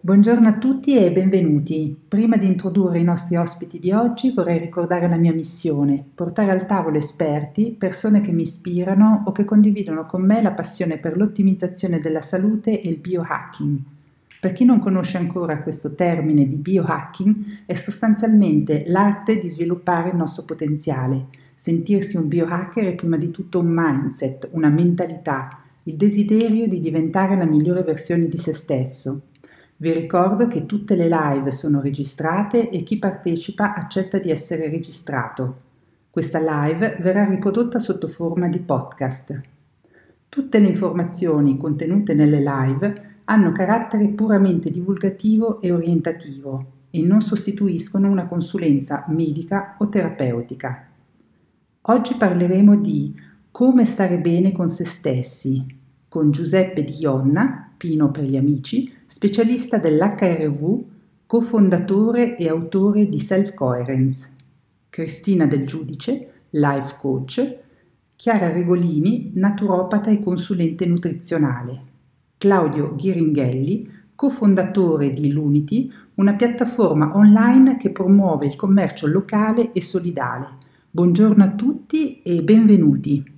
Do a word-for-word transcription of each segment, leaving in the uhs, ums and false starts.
Buongiorno a tutti e benvenuti. Prima di introdurre i nostri ospiti di oggi vorrei ricordare la mia missione: portare al tavolo esperti, persone che mi ispirano o che condividono con me la passione per l'ottimizzazione della salute e il biohacking. Per chi non conosce ancora questo termine di biohacking, è sostanzialmente l'arte di sviluppare il nostro potenziale. Sentirsi un biohacker è prima di tutto un mindset, una mentalità, il desiderio di diventare la migliore versione di se stesso. Vi ricordo che tutte le live sono registrate e chi partecipa accetta di essere registrato. Questa live verrà riprodotta sotto forma di podcast. Tutte le informazioni contenute nelle live hanno carattere puramente divulgativo e orientativo e non sostituiscono una consulenza medica o terapeutica. Oggi parleremo di come stare bene con se stessi con Giuseppe Di Ionna, Pino per gli amici, specialista dell'H R V, cofondatore e autore di Self Coherence, Cristina Del Giudice, life coach, Chiara Regolini, naturopata e consulente nutrizionale, Claudio Ghiringhelli, cofondatore di Lunity, una piattaforma online che promuove il commercio locale e solidale. Buongiorno a tutti e benvenuti.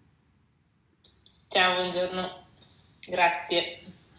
Ciao, buongiorno, grazie.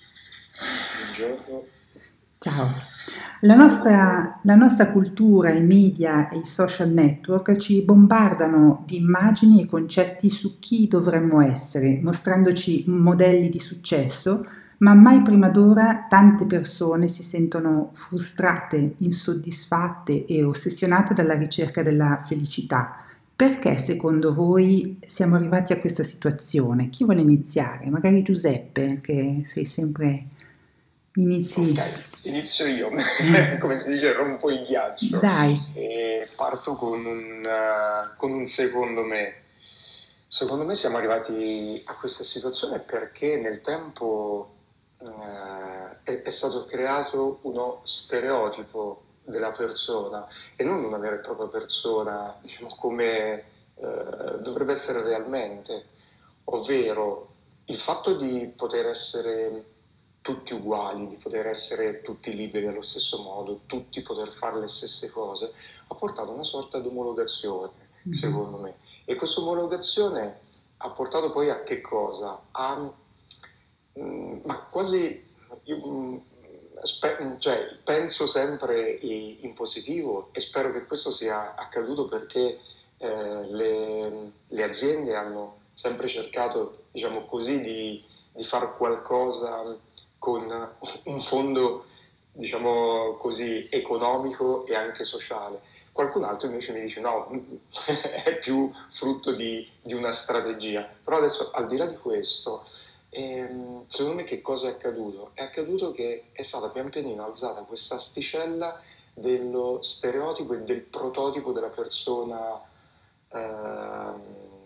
Buongiorno. Ciao. La nostra, la nostra cultura, i media e i social network ci bombardano di immagini e concetti su chi dovremmo essere, mostrandoci modelli di successo, ma mai prima d'ora tante persone si sentono frustrate, insoddisfatte e ossessionate dalla ricerca della felicità. Perché secondo voi siamo arrivati a questa situazione? Chi vuole iniziare? Magari Giuseppe, che sei sempre inizi. Ok, inizio io, come si dice, rompo il ghiaccio. Dai. E parto con un, uh, con un secondo me. Secondo me siamo arrivati a questa situazione perché nel tempo uh, è, è stato creato uno stereotipo della persona e non una vera e propria persona, diciamo, come uh, dovrebbe essere realmente, ovvero il fatto di poter essere tutti uguali, di poter essere tutti liberi allo stesso modo, tutti poter fare le stesse cose, ha portato a una sorta di omologazione, mm-hmm. secondo me. E questa omologazione ha portato poi a che cosa? A, mh, ma quasi, io, mh, spe- cioè, penso sempre in positivo e spero che questo sia accaduto perché eh, le, le aziende hanno sempre cercato, diciamo così, di, di fare qualcosa con un fondo, diciamo così, economico e anche sociale. Qualcun altro invece mi dice no, è più frutto di, di una strategia. Però adesso, al di là di questo, ehm, secondo me che cosa è accaduto? È accaduto che è stata pian pianino alzata questa asticella dello stereotipo e del prototipo della persona ehm,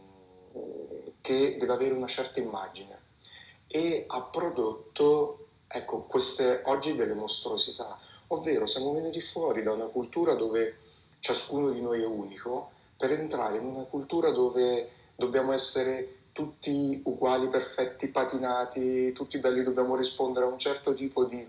che deve avere una certa immagine e ha prodotto, ecco, queste oggi delle mostruosità, ovvero siamo venuti fuori da una cultura dove ciascuno di noi è unico per entrare in una cultura dove dobbiamo essere tutti uguali, perfetti, patinati, tutti belli, dobbiamo rispondere a un certo tipo di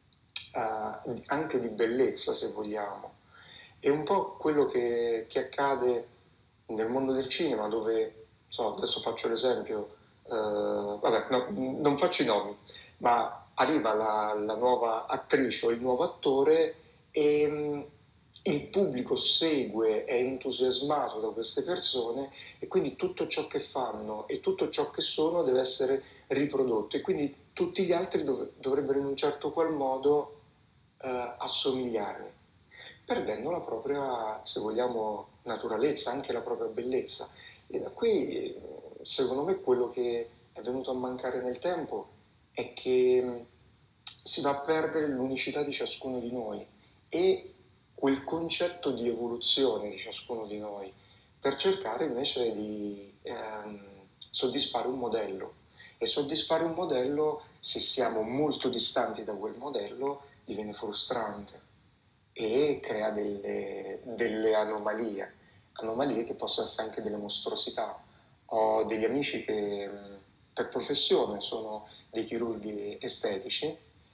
uh, anche di bellezza, se vogliamo. È un po' quello che, che accade nel mondo del cinema, dove, so, adesso faccio l'esempio, uh, vabbè, no, non faccio i nomi, ma arriva la, la nuova attrice o il nuovo attore e mh, il pubblico segue, è entusiasmato da queste persone e quindi tutto ciò che fanno e tutto ciò che sono deve essere riprodotto e quindi tutti gli altri dov- dovrebbero in un certo qual modo eh, assomigliarne, perdendo la propria, se vogliamo, naturalezza, anche la propria bellezza. E da qui, secondo me, quello che è venuto a mancare nel tempo è che si va a perdere l'unicità di ciascuno di noi e quel concetto di evoluzione di ciascuno di noi per cercare invece di ehm, soddisfare un modello. E soddisfare un modello, se siamo molto distanti da quel modello, diviene frustrante e crea delle, delle anomalie, anomalie che possono essere anche delle mostruosità. Ho degli amici che per professione sono dei chirurghi estetici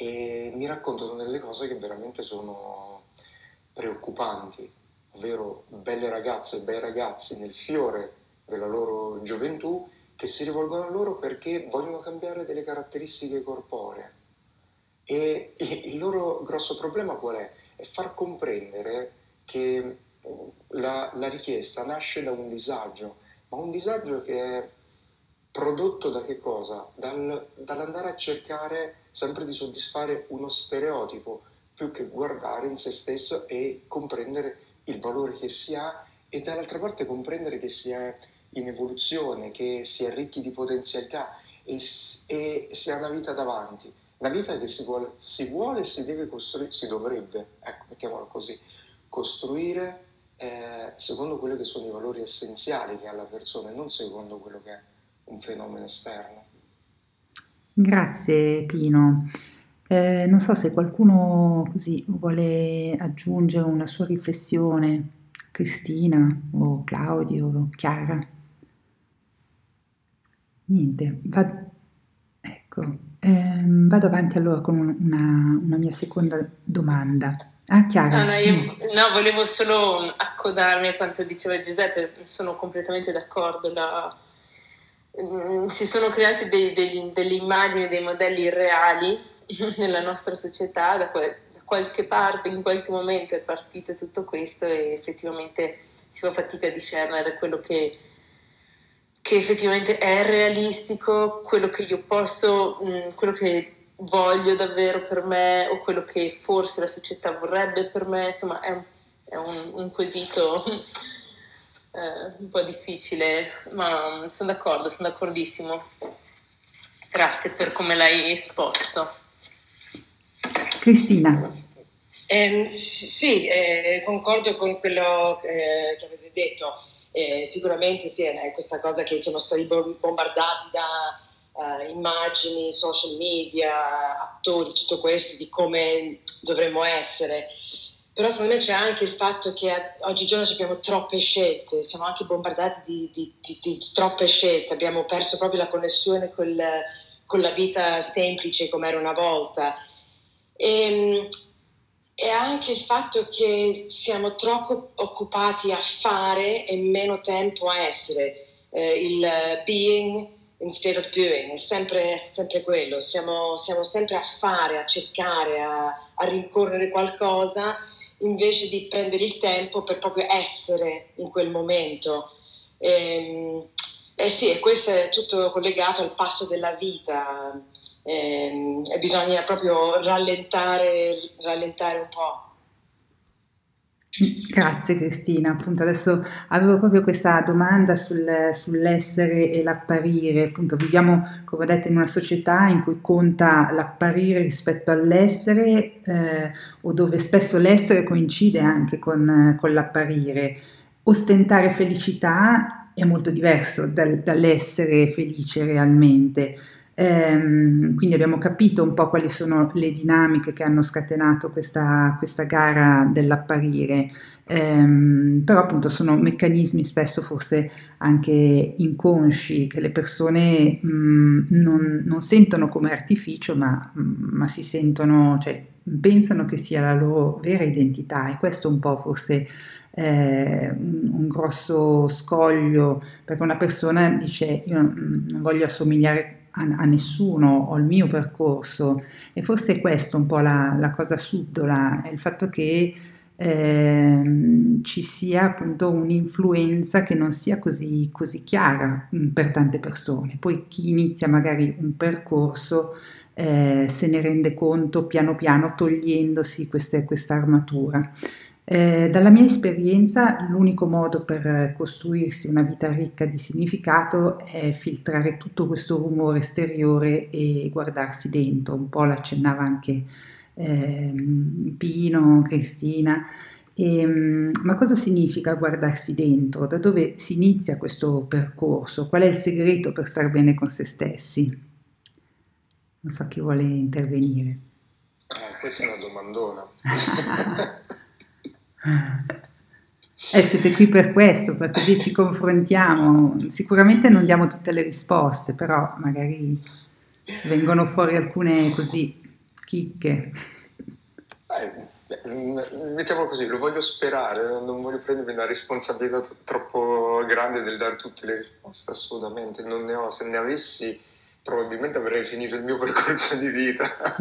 e mi raccontano delle cose che veramente sono preoccupanti, ovvero belle ragazze e bei ragazzi nel fiore della loro gioventù che si rivolgono a loro perché vogliono cambiare delle caratteristiche corporee. E il loro grosso problema qual è? È far comprendere che la, la richiesta nasce da un disagio, ma un disagio che è prodotto da che cosa? Dal, dall'andare a cercare sempre di soddisfare uno stereotipo, più che guardare in se stesso e comprendere il valore che si ha e dall'altra parte comprendere che si è in evoluzione, che si è ricchi di potenzialità e, e si ha una vita davanti. Una vita che si vuole, si vuole e si deve costruire, si dovrebbe, ecco, mettiamola così, costruire eh, secondo quelli che sono i valori essenziali che ha la persona e non secondo quello che è un fenomeno esterno. Grazie Pino. Eh, non so se qualcuno così vuole aggiungere una sua riflessione, Cristina o Claudio o Chiara. Niente, va, ecco, ehm, vado avanti allora con una, una mia seconda domanda. Ah, Chiara. No, no, io no, volevo solo accodarmi a quanto diceva Giuseppe, sono completamente d'accordo. La, mm, si sono creati dei, degli, delle immagini, dei modelli irreali nella nostra società, da, que, da qualche parte, in qualche momento è partito tutto questo e effettivamente si fa fatica a discernere quello che, che effettivamente è realistico, quello che io posso, mh, quello che voglio davvero per me o quello che forse la società vorrebbe per me, insomma è un, è un, un quesito eh, un po' difficile, ma sono d'accordo, sono d'accordissimo. Grazie per come l'hai esposto. Cristina. Eh, sì, eh, concordo con quello eh, che avete detto. Eh, sicuramente sì, è questa cosa che siamo stati bombardati da uh, immagini, social media, attori, tutto questo, di come dovremmo essere. Però secondo me c'è anche il fatto che oggigiorno abbiamo troppe scelte, siamo anche bombardati di, di, di, di troppe scelte, abbiamo perso proprio la connessione col, con la vita semplice come era una volta. E, e anche il fatto che siamo troppo occupati a fare e meno tempo a essere, eh, il being instead of doing, è sempre, è sempre quello, siamo, siamo sempre a fare, a cercare, a, a rincorrere qualcosa invece di prendere il tempo per proprio essere in quel momento. E, e sì, e questo è tutto collegato al passo della vita. E, e bisogna proprio rallentare, rallentare un po'. Grazie Cristina, appunto adesso avevo proprio questa domanda sul, sull'essere e l'apparire, appunto viviamo come ho detto in una società in cui conta l'apparire rispetto all'essere eh, o dove spesso l'essere coincide anche con, con l'apparire. Ostentare felicità è molto diverso dal, dall'essere felice realmente. Ehm, quindi abbiamo capito un po' quali sono le dinamiche che hanno scatenato questa, questa gara dell'apparire, ehm, però appunto sono meccanismi spesso forse anche inconsci che le persone mh, non, non sentono come artificio ma, ma si sentono, cioè pensano che sia la loro vera identità e questo un po' forse eh, un, un grosso scoglio perché una persona dice io non, non voglio assomigliare a, a nessuno, ho il mio percorso e forse è questo un po' la, la cosa subdola, è il fatto che ehm, ci sia appunto un'influenza che non sia così, così chiara mh, per tante persone. Poi chi inizia magari un percorso eh, se ne rende conto piano piano togliendosi questa armatura. Eh, dalla mia esperienza l'unico modo per costruirsi una vita ricca di significato è filtrare tutto questo rumore esteriore e guardarsi dentro, un po' l'accennava anche eh, Pino, Cristina. E, ma cosa significa guardarsi dentro? Da dove si inizia questo percorso? Qual è il segreto per star bene con se stessi? Non so chi vuole intervenire. Eh, questa è una domandona. Eh, siete qui per questo, per così ci confrontiamo. Sicuramente non diamo tutte le risposte, però magari vengono fuori alcune così chicche. Eh, mettiamolo così, lo voglio sperare, non voglio prendermi una responsabilità t- troppo grande del dare tutte le risposte, assolutamente, non ne ho, se ne avessi probabilmente avrei finito il mio percorso di vita.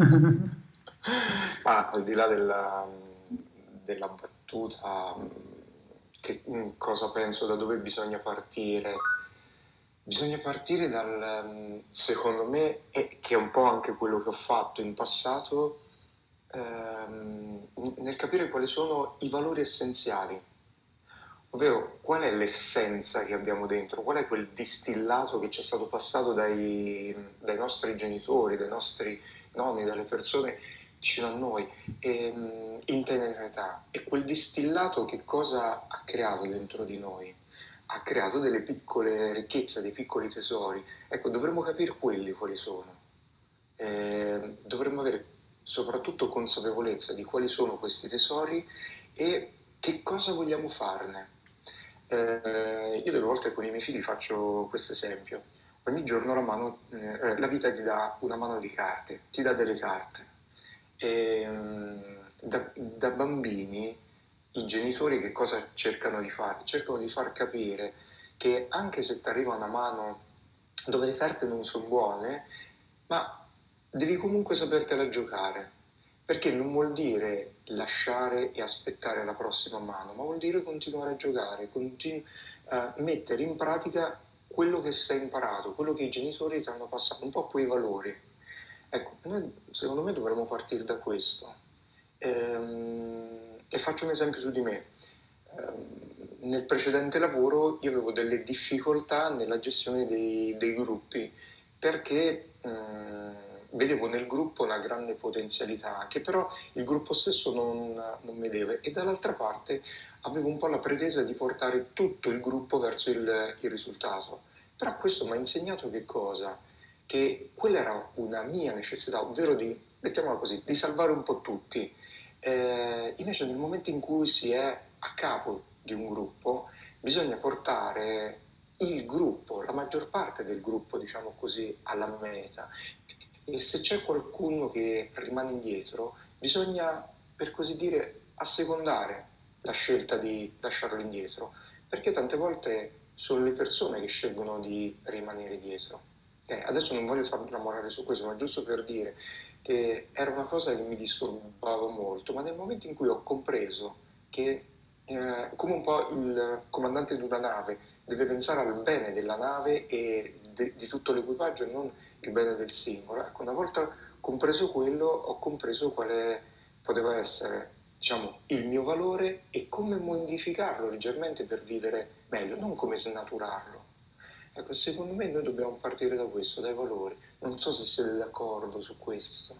Ma al di là della, della battuta, che cosa penso, da dove bisogna partire? Bisogna partire dal, secondo me, e che è un po' anche quello che ho fatto in passato, ehm, nel capire quali sono i valori essenziali, ovvero qual è l'essenza che abbiamo dentro, qual è quel distillato che ci è stato passato dai, dai nostri genitori, dai nostri nonni, dalle persone vicino a noi, ehm, in tenera età. E quel distillato che cosa ha creato dentro di noi? Ha creato delle piccole ricchezze, dei piccoli tesori. Ecco, dovremmo capire quelli quali sono. Eh, dovremmo avere soprattutto consapevolezza di quali sono questi tesori e che cosa vogliamo farne. Eh, io delle volte con i miei figli faccio questo esempio. Ogni giorno la, mano, eh, la vita ti dà una mano di carte, ti dà delle carte. E, mm, da, da bambini i genitori che cosa cercano di fare? Cercano di far capire che anche se ti arriva una mano dove le carte non sono buone, ma devi comunque sapertela giocare, perché non vuol dire lasciare e aspettare la prossima mano, ma vuol dire continuare a giocare, continu- a mettere in pratica quello che sei imparato, quello che i genitori ti hanno passato, un po' quei valori. Ecco, noi secondo me dovremmo partire da questo. Ehm, e faccio un esempio su di me. Ehm, nel precedente lavoro io avevo delle difficoltà nella gestione dei, dei gruppi perché ehm, vedevo nel gruppo una grande potenzialità che però il gruppo stesso non, non vedeva, e dall'altra parte avevo un po' la pretesa di portare tutto il gruppo verso il, il risultato. Però questo mi ha insegnato che cosa? Che quella era una mia necessità, ovvero di, mettiamola così, di salvare un po' tutti. Eh, invece nel momento in cui si è a capo di un gruppo, bisogna portare il gruppo, la maggior parte del gruppo, diciamo così, alla meta. E se c'è qualcuno che rimane indietro, bisogna, per così dire, assecondare la scelta di lasciarlo indietro, perché tante volte sono le persone che scelgono di rimanere dietro. Eh, adesso non voglio far innamorare su questo, ma giusto per dire che era una cosa che mi disturbava molto, ma nel momento in cui ho compreso che, eh, come un po' il comandante di una nave deve pensare al bene della nave e de- di tutto l'equipaggio e non il bene del singolo, ecco, una volta compreso quello, ho compreso quale poteva essere, diciamo, il mio valore e come modificarlo leggermente per vivere meglio, non come snaturarlo. Ecco, secondo me noi dobbiamo partire da questo, dai valori. Non so se siete d'accordo su questo.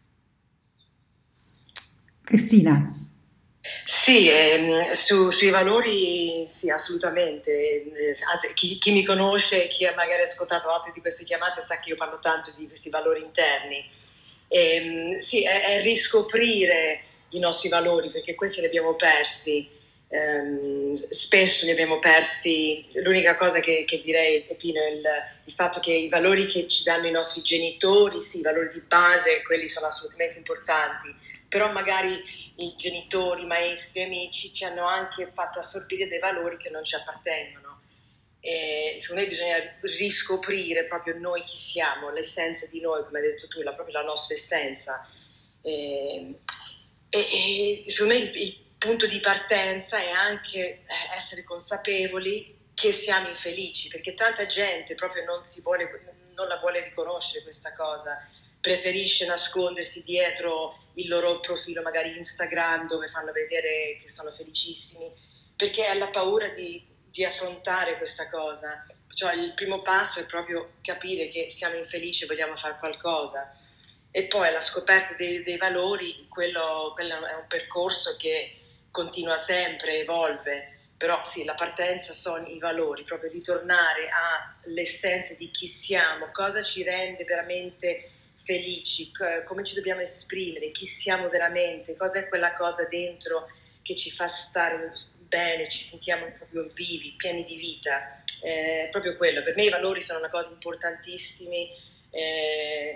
Cristina, Sì, ehm, su- sui valori sì, assolutamente. Eh, Anzi, chi, chi mi conosce, chi ha magari ascoltato altre di queste chiamate sa che io parlo tanto di questi valori interni. Ehm, sì, è, è riscoprire i nostri valori perché questi li abbiamo persi. Ehm, spesso li abbiamo persi. L'unica cosa che, che direi, Pino, è il, il fatto che i valori che ci danno i nostri genitori, sì, i valori di base, quelli sono assolutamente importanti, però magari i genitori, i maestri, amici ci hanno anche fatto assorbire dei valori che non ci appartengono. E secondo me bisogna riscoprire proprio noi chi siamo, l'essenza di noi, come hai detto tu, la, proprio la nostra essenza. E, e, e secondo me il, il punto di partenza è anche essere consapevoli che siamo infelici, perché tanta gente proprio non, si vuole, non la vuole riconoscere questa cosa, preferisce nascondersi dietro il loro profilo magari Instagram dove fanno vedere che sono felicissimi, perché ha la paura di, di affrontare questa cosa. Cioè il primo passo è proprio capire che siamo infelici e vogliamo fare qualcosa, e poi la scoperta dei, dei valori, quello, quello è un percorso che continua sempre, evolve, però sì, la partenza sono i valori, proprio ritornare all'essenza di chi siamo, cosa ci rende veramente felici, come ci dobbiamo esprimere, chi siamo veramente, cosa è quella cosa dentro che ci fa stare bene, ci sentiamo proprio vivi, pieni di vita. Eh, proprio quello, per me i valori sono una cosa importantissima. Eh,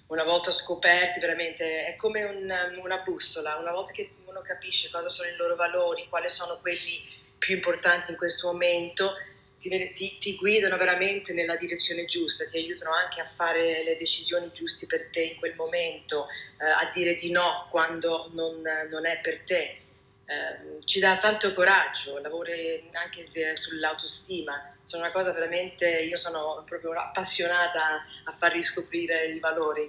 una volta scoperti veramente, è come un, una bussola, una volta che uno capisce cosa sono i loro valori, quali sono quelli più importanti in questo momento, ti, ti, ti guidano veramente nella direzione giusta, ti aiutano anche a fare le decisioni giuste per te in quel momento, eh, a dire di no quando non, non è per te. Eh, ci dà tanto coraggio, lavori anche sull'autostima, sono una cosa veramente, io sono proprio appassionata a far riscoprire i valori.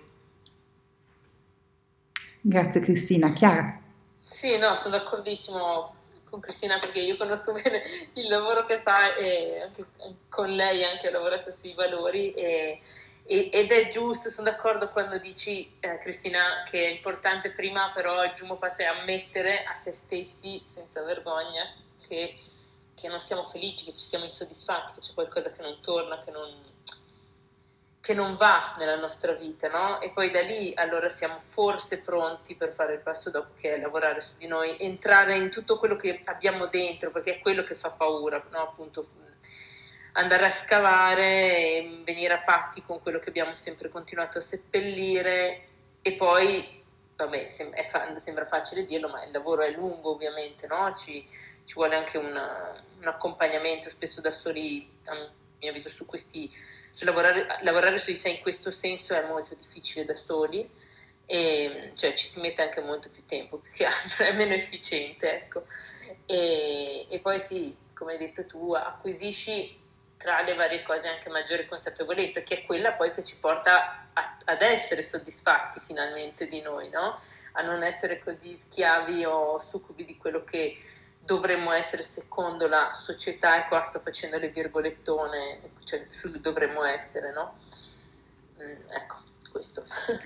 Grazie Cristina. Chiara? Sì, no, sono d'accordissimo con Cristina perché io conosco bene il lavoro che fa e anche con lei anche ho lavorato sui valori e, e, ed è giusto, sono d'accordo quando dici eh, Cristina che è importante prima però il primo passo è ammettere a se stessi senza vergogna che, che non siamo felici, che ci siamo insoddisfatti, che c'è qualcosa che non torna, che non, che non va nella nostra vita, no? E poi da lì allora siamo forse pronti per fare il passo dopo, che è lavorare su di noi, entrare in tutto quello che abbiamo dentro, perché è quello che fa paura, no? Appunto andare a scavare e venire a patti con quello che abbiamo sempre continuato a seppellire e poi, vabbè, è fa- sembra facile dirlo, ma il lavoro è lungo ovviamente, no? Ci, ci vuole anche una, un accompagnamento, spesso da soli, a mio avviso, su questi Su lavorare, lavorare su di sé in questo senso è molto difficile da soli, e, cioè ci si mette anche molto più tempo, più che altro è meno efficiente, ecco. E, e poi sì, come hai detto tu, acquisisci tra le varie cose anche maggiore consapevolezza, che è quella poi che ci porta a, ad essere soddisfatti finalmente di noi, no? A non essere così schiavi o succubi di quello che dovremmo essere secondo la società, e qua sto facendo le virgolettone, cioè sul dovremmo essere, no? Mm, ecco, questo.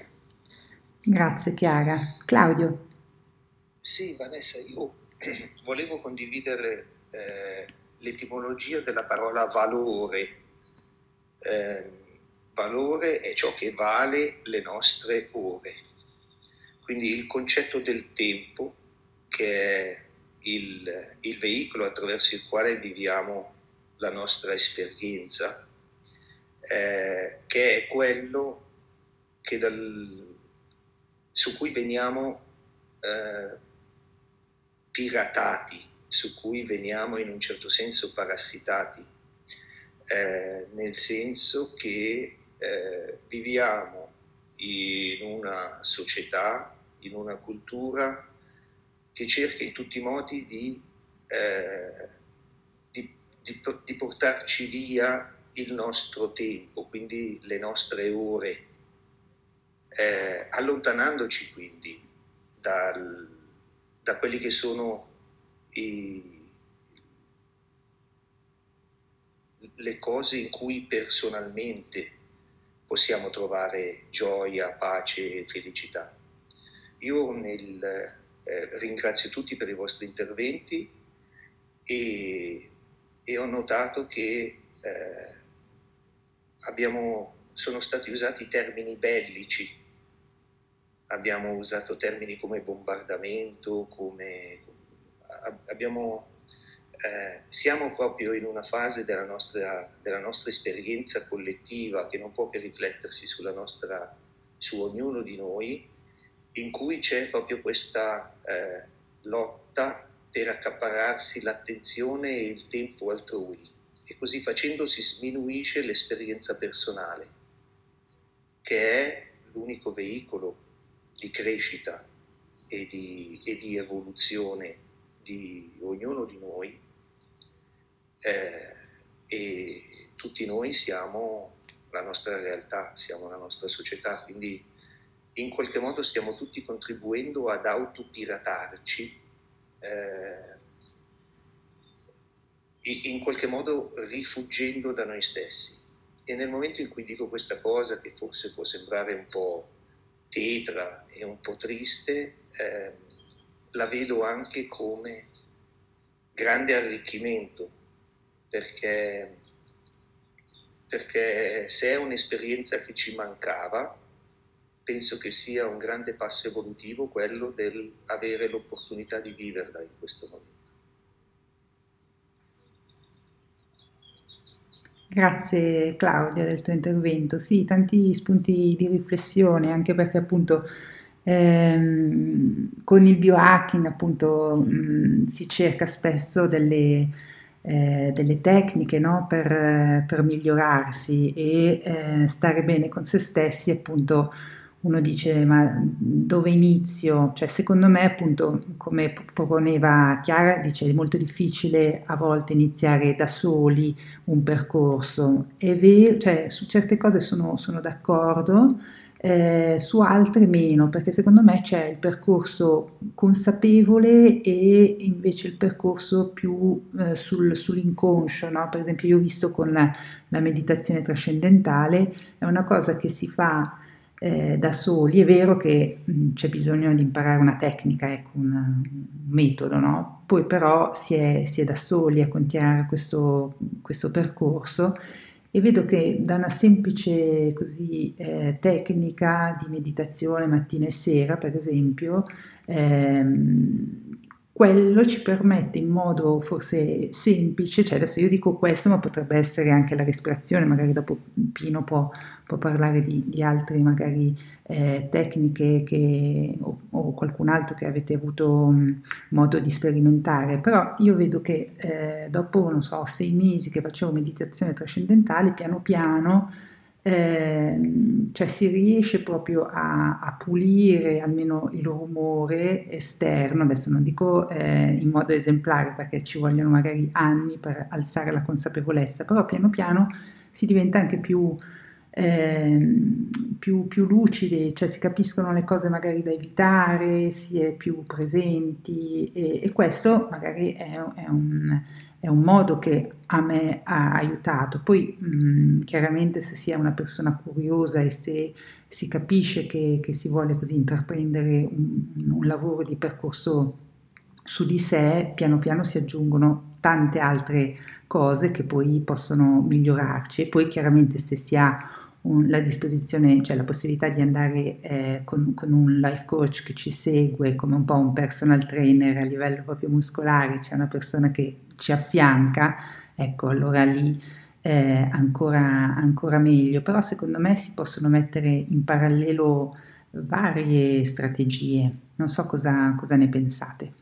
Grazie Chiara. Claudio? Sì, Vanessa, io volevo condividere eh, l'etimologia della parola valore. Eh, valore è ciò che vale le nostre ore. Quindi il concetto del tempo, che è il, il veicolo attraverso il quale viviamo la nostra esperienza, eh, che è quello che dal, su cui veniamo eh, piratati, su cui veniamo in un certo senso parassitati, eh, nel senso che eh, viviamo in una società, in una cultura che cerca in tutti i modi di, eh, di, di, di portarci via il nostro tempo, quindi le nostre ore, eh, allontanandoci quindi dal, da quelli che sono i, le cose in cui personalmente possiamo trovare gioia, pace e felicità. Io nel, eh, ringrazio tutti per i vostri interventi e, e ho notato che eh, abbiamo, sono stati usati termini bellici, abbiamo usato termini come bombardamento, come abbiamo Eh, siamo proprio in una fase della nostra, della nostra esperienza collettiva che non può che riflettersi sulla nostra, su ognuno di noi, in cui c'è proprio questa eh, lotta per accaparrarsi l'attenzione e il tempo altrui, e così facendo si sminuisce l'esperienza personale, che è l'unico veicolo di crescita e di, e di evoluzione di ognuno di noi. Eh, e tutti noi siamo la nostra realtà, siamo la nostra società, quindi in qualche modo stiamo tutti contribuendo ad autopiratarci, eh, in qualche modo rifuggendo da noi stessi. E nel momento in cui dico questa cosa, che forse può sembrare un po' tetra e un po' triste, eh, la vedo anche come grande arricchimento, perché, perché se è un'esperienza che ci mancava, penso che sia un grande passo evolutivo quello del avere l'opportunità di viverla in questo momento. Grazie Claudia del tuo intervento. Sì, tanti spunti di riflessione, anche perché appunto ehm, con il biohacking appunto mh, si cerca spesso delle, eh, delle tecniche, no, per, eh, per migliorarsi e eh, stare bene con se stessi, appunto uno dice ma dove inizio? Cioè secondo me appunto come p- proponeva Chiara, dice è molto difficile a volte iniziare da soli un percorso. È vero, cioè su certe cose sono, sono d'accordo, eh, su altre meno, perché secondo me c'è il percorso consapevole e invece il percorso più eh, sul- sull'inconscio, no? Per esempio io ho visto con la, la meditazione trascendentale, è una cosa che si fa eh, da soli. È vero che mh, c'è bisogno di imparare una tecnica, ecco, un, un metodo, no? Poi però si è, si è da soli a continuare questo, questo percorso e vedo che da una semplice così, eh, tecnica di meditazione mattina e sera, per esempio, ehm, quello ci permette in modo forse semplice, cioè adesso io dico questo, ma potrebbe essere anche la respirazione, magari dopo Pino può, può parlare di, di altre magari eh, tecniche che, o, o qualcun altro che avete avuto mh, modo di sperimentare, però io vedo che eh, dopo, non so, sei mesi che facevo meditazione trascendentale, piano piano, ehm, cioè si riesce proprio a, a pulire almeno il rumore esterno, adesso non dico eh, in modo esemplare perché ci vogliono magari anni per alzare la consapevolezza, però piano piano si diventa anche più ehm, più, più lucidi, cioè si capiscono le cose magari da evitare, si è più presenti e, e questo magari è, è un, è un modo che a me ha aiutato. Poi mh, chiaramente se si è una persona curiosa e se si capisce che, che si vuole così intraprendere un, un lavoro di percorso su di sé, piano piano si aggiungono tante altre cose che poi possono migliorarci e poi chiaramente se si ha un- la disposizione, cioè la possibilità di andare eh, con, con un life coach che ci segue come un po' un personal trainer a livello proprio muscolare, c'è una persona che ci affianca, ecco allora lì eh, ancora, ancora meglio, però secondo me si possono mettere in parallelo varie strategie, non so cosa, cosa ne pensate.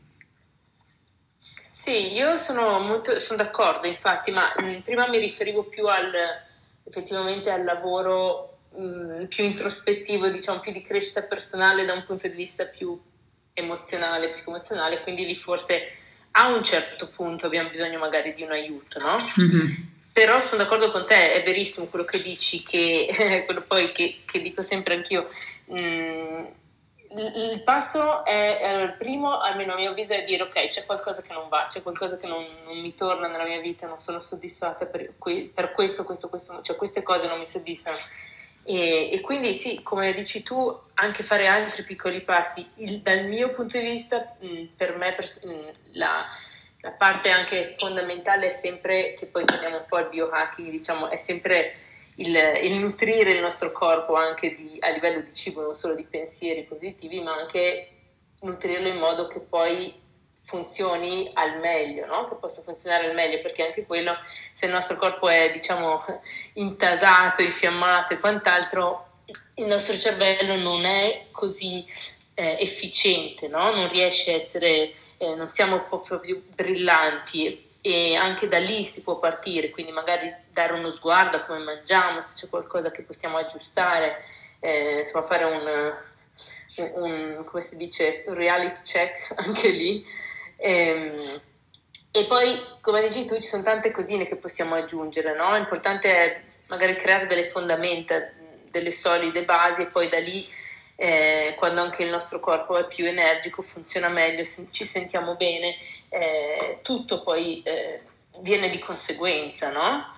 Sì, io sono molto sono d'accordo, infatti, ma mh, prima mi riferivo più al, effettivamente al lavoro mh, più introspettivo, diciamo più di crescita personale da un punto di vista più emozionale, psicoemozionale, quindi lì forse a un certo punto abbiamo bisogno magari di un aiuto, no? Mhm. Però sono d'accordo con te, è verissimo quello che dici, che quello poi che, che dico sempre anch'io. mh, il il passo è, allora, il primo, almeno a mio avviso, è dire ok, c'è qualcosa che non va, c'è qualcosa che non, non mi torna nella mia vita, non sono soddisfatta per, que- per questo, questo, questo, cioè queste cose non mi soddisfano. E, e quindi sì, come dici tu, anche fare altri piccoli passi. Il- dal mio punto di vista, mh, per me pers- mh, la, la parte anche fondamentale è sempre, che poi torniamo un po' al biohacking, diciamo, è sempre il, il nutrire il nostro corpo anche di, a livello di cibo, non solo di pensieri positivi, ma anche nutrirlo in modo che poi funzioni al meglio, no? Che possa funzionare al meglio, perché anche quello, se il nostro corpo è, diciamo, intasato, infiammato e quant'altro, il nostro cervello non è così eh, efficiente, no? Non riesce a essere, eh, non siamo proprio più brillanti e anche da lì si può partire, quindi magari dare uno sguardo a come mangiamo, se c'è qualcosa che possiamo aggiustare, eh, insomma fare un, un, come si dice, un reality check anche lì. Ehm, e poi, come dici tu, ci sono tante cosine che possiamo aggiungere, no? L'importante è magari creare delle fondamenta, delle solide basi e poi da lì, eh, quando anche il nostro corpo è più energico, funziona meglio, ci sentiamo bene, eh, tutto poi eh, viene di conseguenza, no?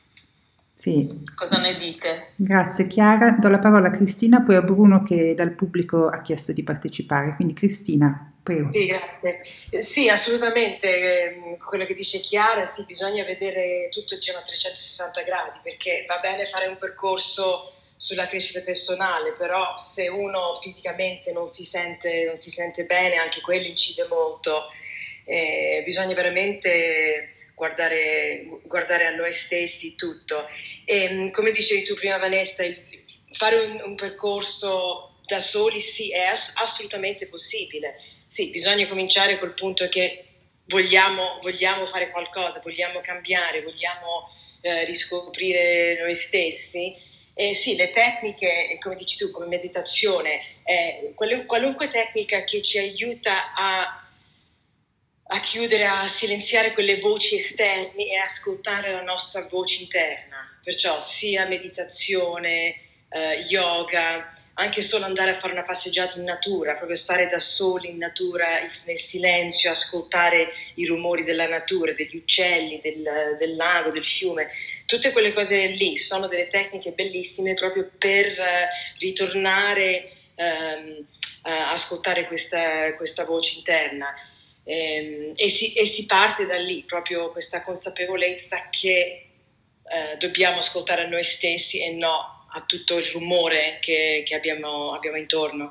Sì, Cosa ne dite? grazie Chiara. Do la parola a Cristina, poi a Bruno che dal pubblico ha chiesto di partecipare. Quindi Cristina, prego. Sì, grazie. Eh, Sì, assolutamente, ehm, quello che dice Chiara, sì, bisogna vedere tutto diciamo, a trecentosessanta gradi, perché va bene fare un percorso sulla crescita personale, però se uno fisicamente non si sente, non si sente bene, anche quello incide molto. Eh, bisogna veramente guardare, guardare a noi stessi tutto. E come dicevi tu prima, Vanessa, il, fare un, un percorso da soli sì, è ass- assolutamente possibile. Sì, bisogna cominciare col punto che vogliamo, vogliamo fare qualcosa, vogliamo cambiare, vogliamo eh, riscoprire noi stessi. E sì, le tecniche, come dici tu, come meditazione, eh, qualunque tecnica che ci aiuta a a chiudere, a silenziare quelle voci esterni e ascoltare la nostra voce interna. Perciò sia meditazione, eh, yoga, anche solo andare a fare una passeggiata in natura, proprio stare da soli in natura, nel silenzio, ascoltare i rumori della natura, degli uccelli, del, del lago, del fiume. Tutte quelle cose lì sono delle tecniche bellissime proprio per eh, ritornare ehm, a ascoltare questa, questa voce interna. E, e, si, e si parte da lì, proprio questa consapevolezza che eh, dobbiamo ascoltare a noi stessi e no a tutto il rumore che, che abbiamo, abbiamo intorno.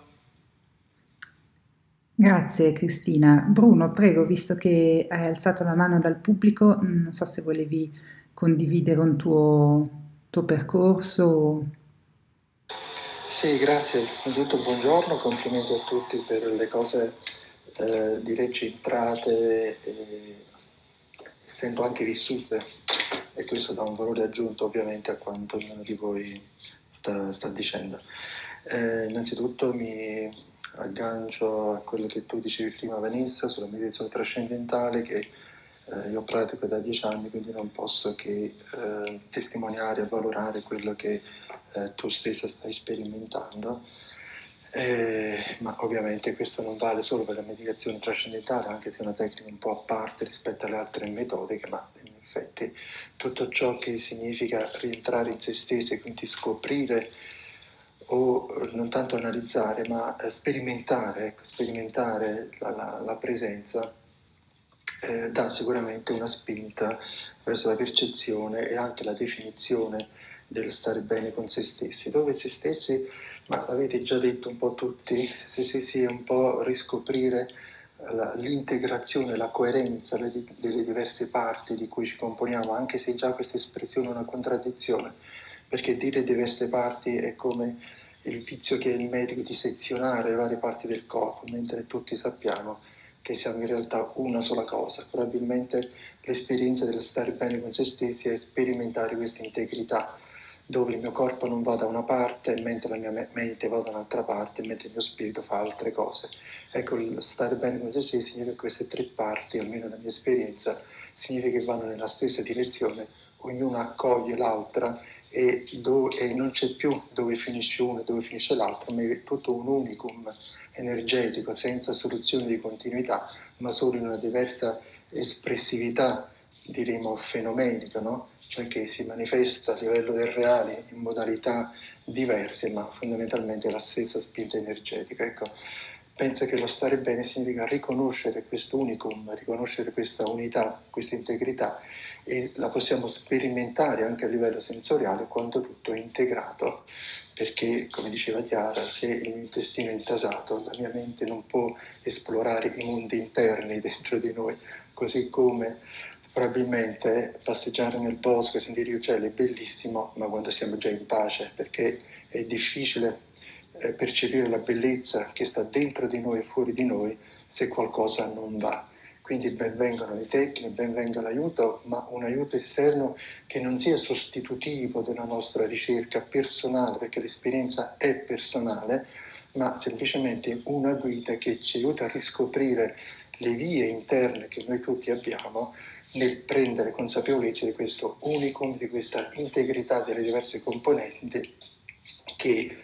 Grazie Cristina. Bruno, prego, visto che hai alzato la mano dal pubblico, non so se volevi condividere un tuo, tuo percorso. Sì, grazie. Innanzitutto buongiorno, complimenti a tutti per le cose eh, direi centrate e essendo anche vissute, e questo dà un valore aggiunto ovviamente a quanto ognuno di voi sta, sta dicendo. Eh, innanzitutto mi aggancio a quello che tu dicevi prima, Vanessa, sulla meditazione trascendentale, che eh, io pratico da dieci anni, quindi non posso che eh, testimoniare e valorare quello che eh, tu stessa stai sperimentando. Eh, ma ovviamente questo non vale solo per la meditazione trascendentale, anche se è una tecnica un po' a parte rispetto alle altre metodiche, ma in effetti tutto ciò che significa rientrare in se stessi e quindi scoprire o non tanto analizzare, ma sperimentare, ecco, sperimentare la, la, la presenza, eh, dà sicuramente una spinta verso la percezione e anche la definizione del stare bene con se stessi, dove se stessi, ma l'avete già detto un po' tutti, se stessi è un po' riscoprire la, l'integrazione, la coerenza le, delle diverse parti di cui ci componiamo, anche se già questa espressione è una contraddizione, perché dire diverse parti è come il vizio che ha il medico di sezionare le varie parti del corpo, mentre tutti sappiamo che siamo in realtà una sola cosa. Probabilmente l'esperienza dello stare bene con se stessi è sperimentare questa integrità, dove il mio corpo non va da una parte mentre la mia mente va da un'altra parte, mentre il mio spirito fa altre cose. Ecco, il stare bene con se stessi significa che queste tre parti, almeno nella mia esperienza, significa che vanno nella stessa direzione, ognuna accoglie l'altra e, dove, e non c'è più dove finisce uno e dove finisce l'altro, ma è tutto un unicum energetico, senza soluzione di continuità, ma solo in una diversa espressività, diremo fenomenica, no? Cioè che si manifesta a livello del reale in modalità diverse, ma fondamentalmente la stessa spinta energetica. Ecco, penso che lo stare bene significa riconoscere questo unicum, riconoscere questa unità, questa integrità, e la possiamo sperimentare anche a livello sensoriale quando tutto è integrato, perché, come diceva Chiara, se il mio intestino è intasato, la mia mente non può esplorare i mondi interni dentro di noi, così come probabilmente passeggiare nel bosco e sentire gli uccelli è bellissimo, ma quando siamo già in pace, perché è difficile eh, percepire la bellezza che sta dentro di noi e fuori di noi se qualcosa non va. Quindi ben vengano le tecniche, ben venga l'aiuto, ma un aiuto esterno che non sia sostitutivo della nostra ricerca personale, perché l'esperienza è personale, ma semplicemente una guida che ci aiuta a riscoprire le vie interne che noi tutti abbiamo nel prendere consapevolezza di questo unicum, di questa integrità delle diverse componenti, che,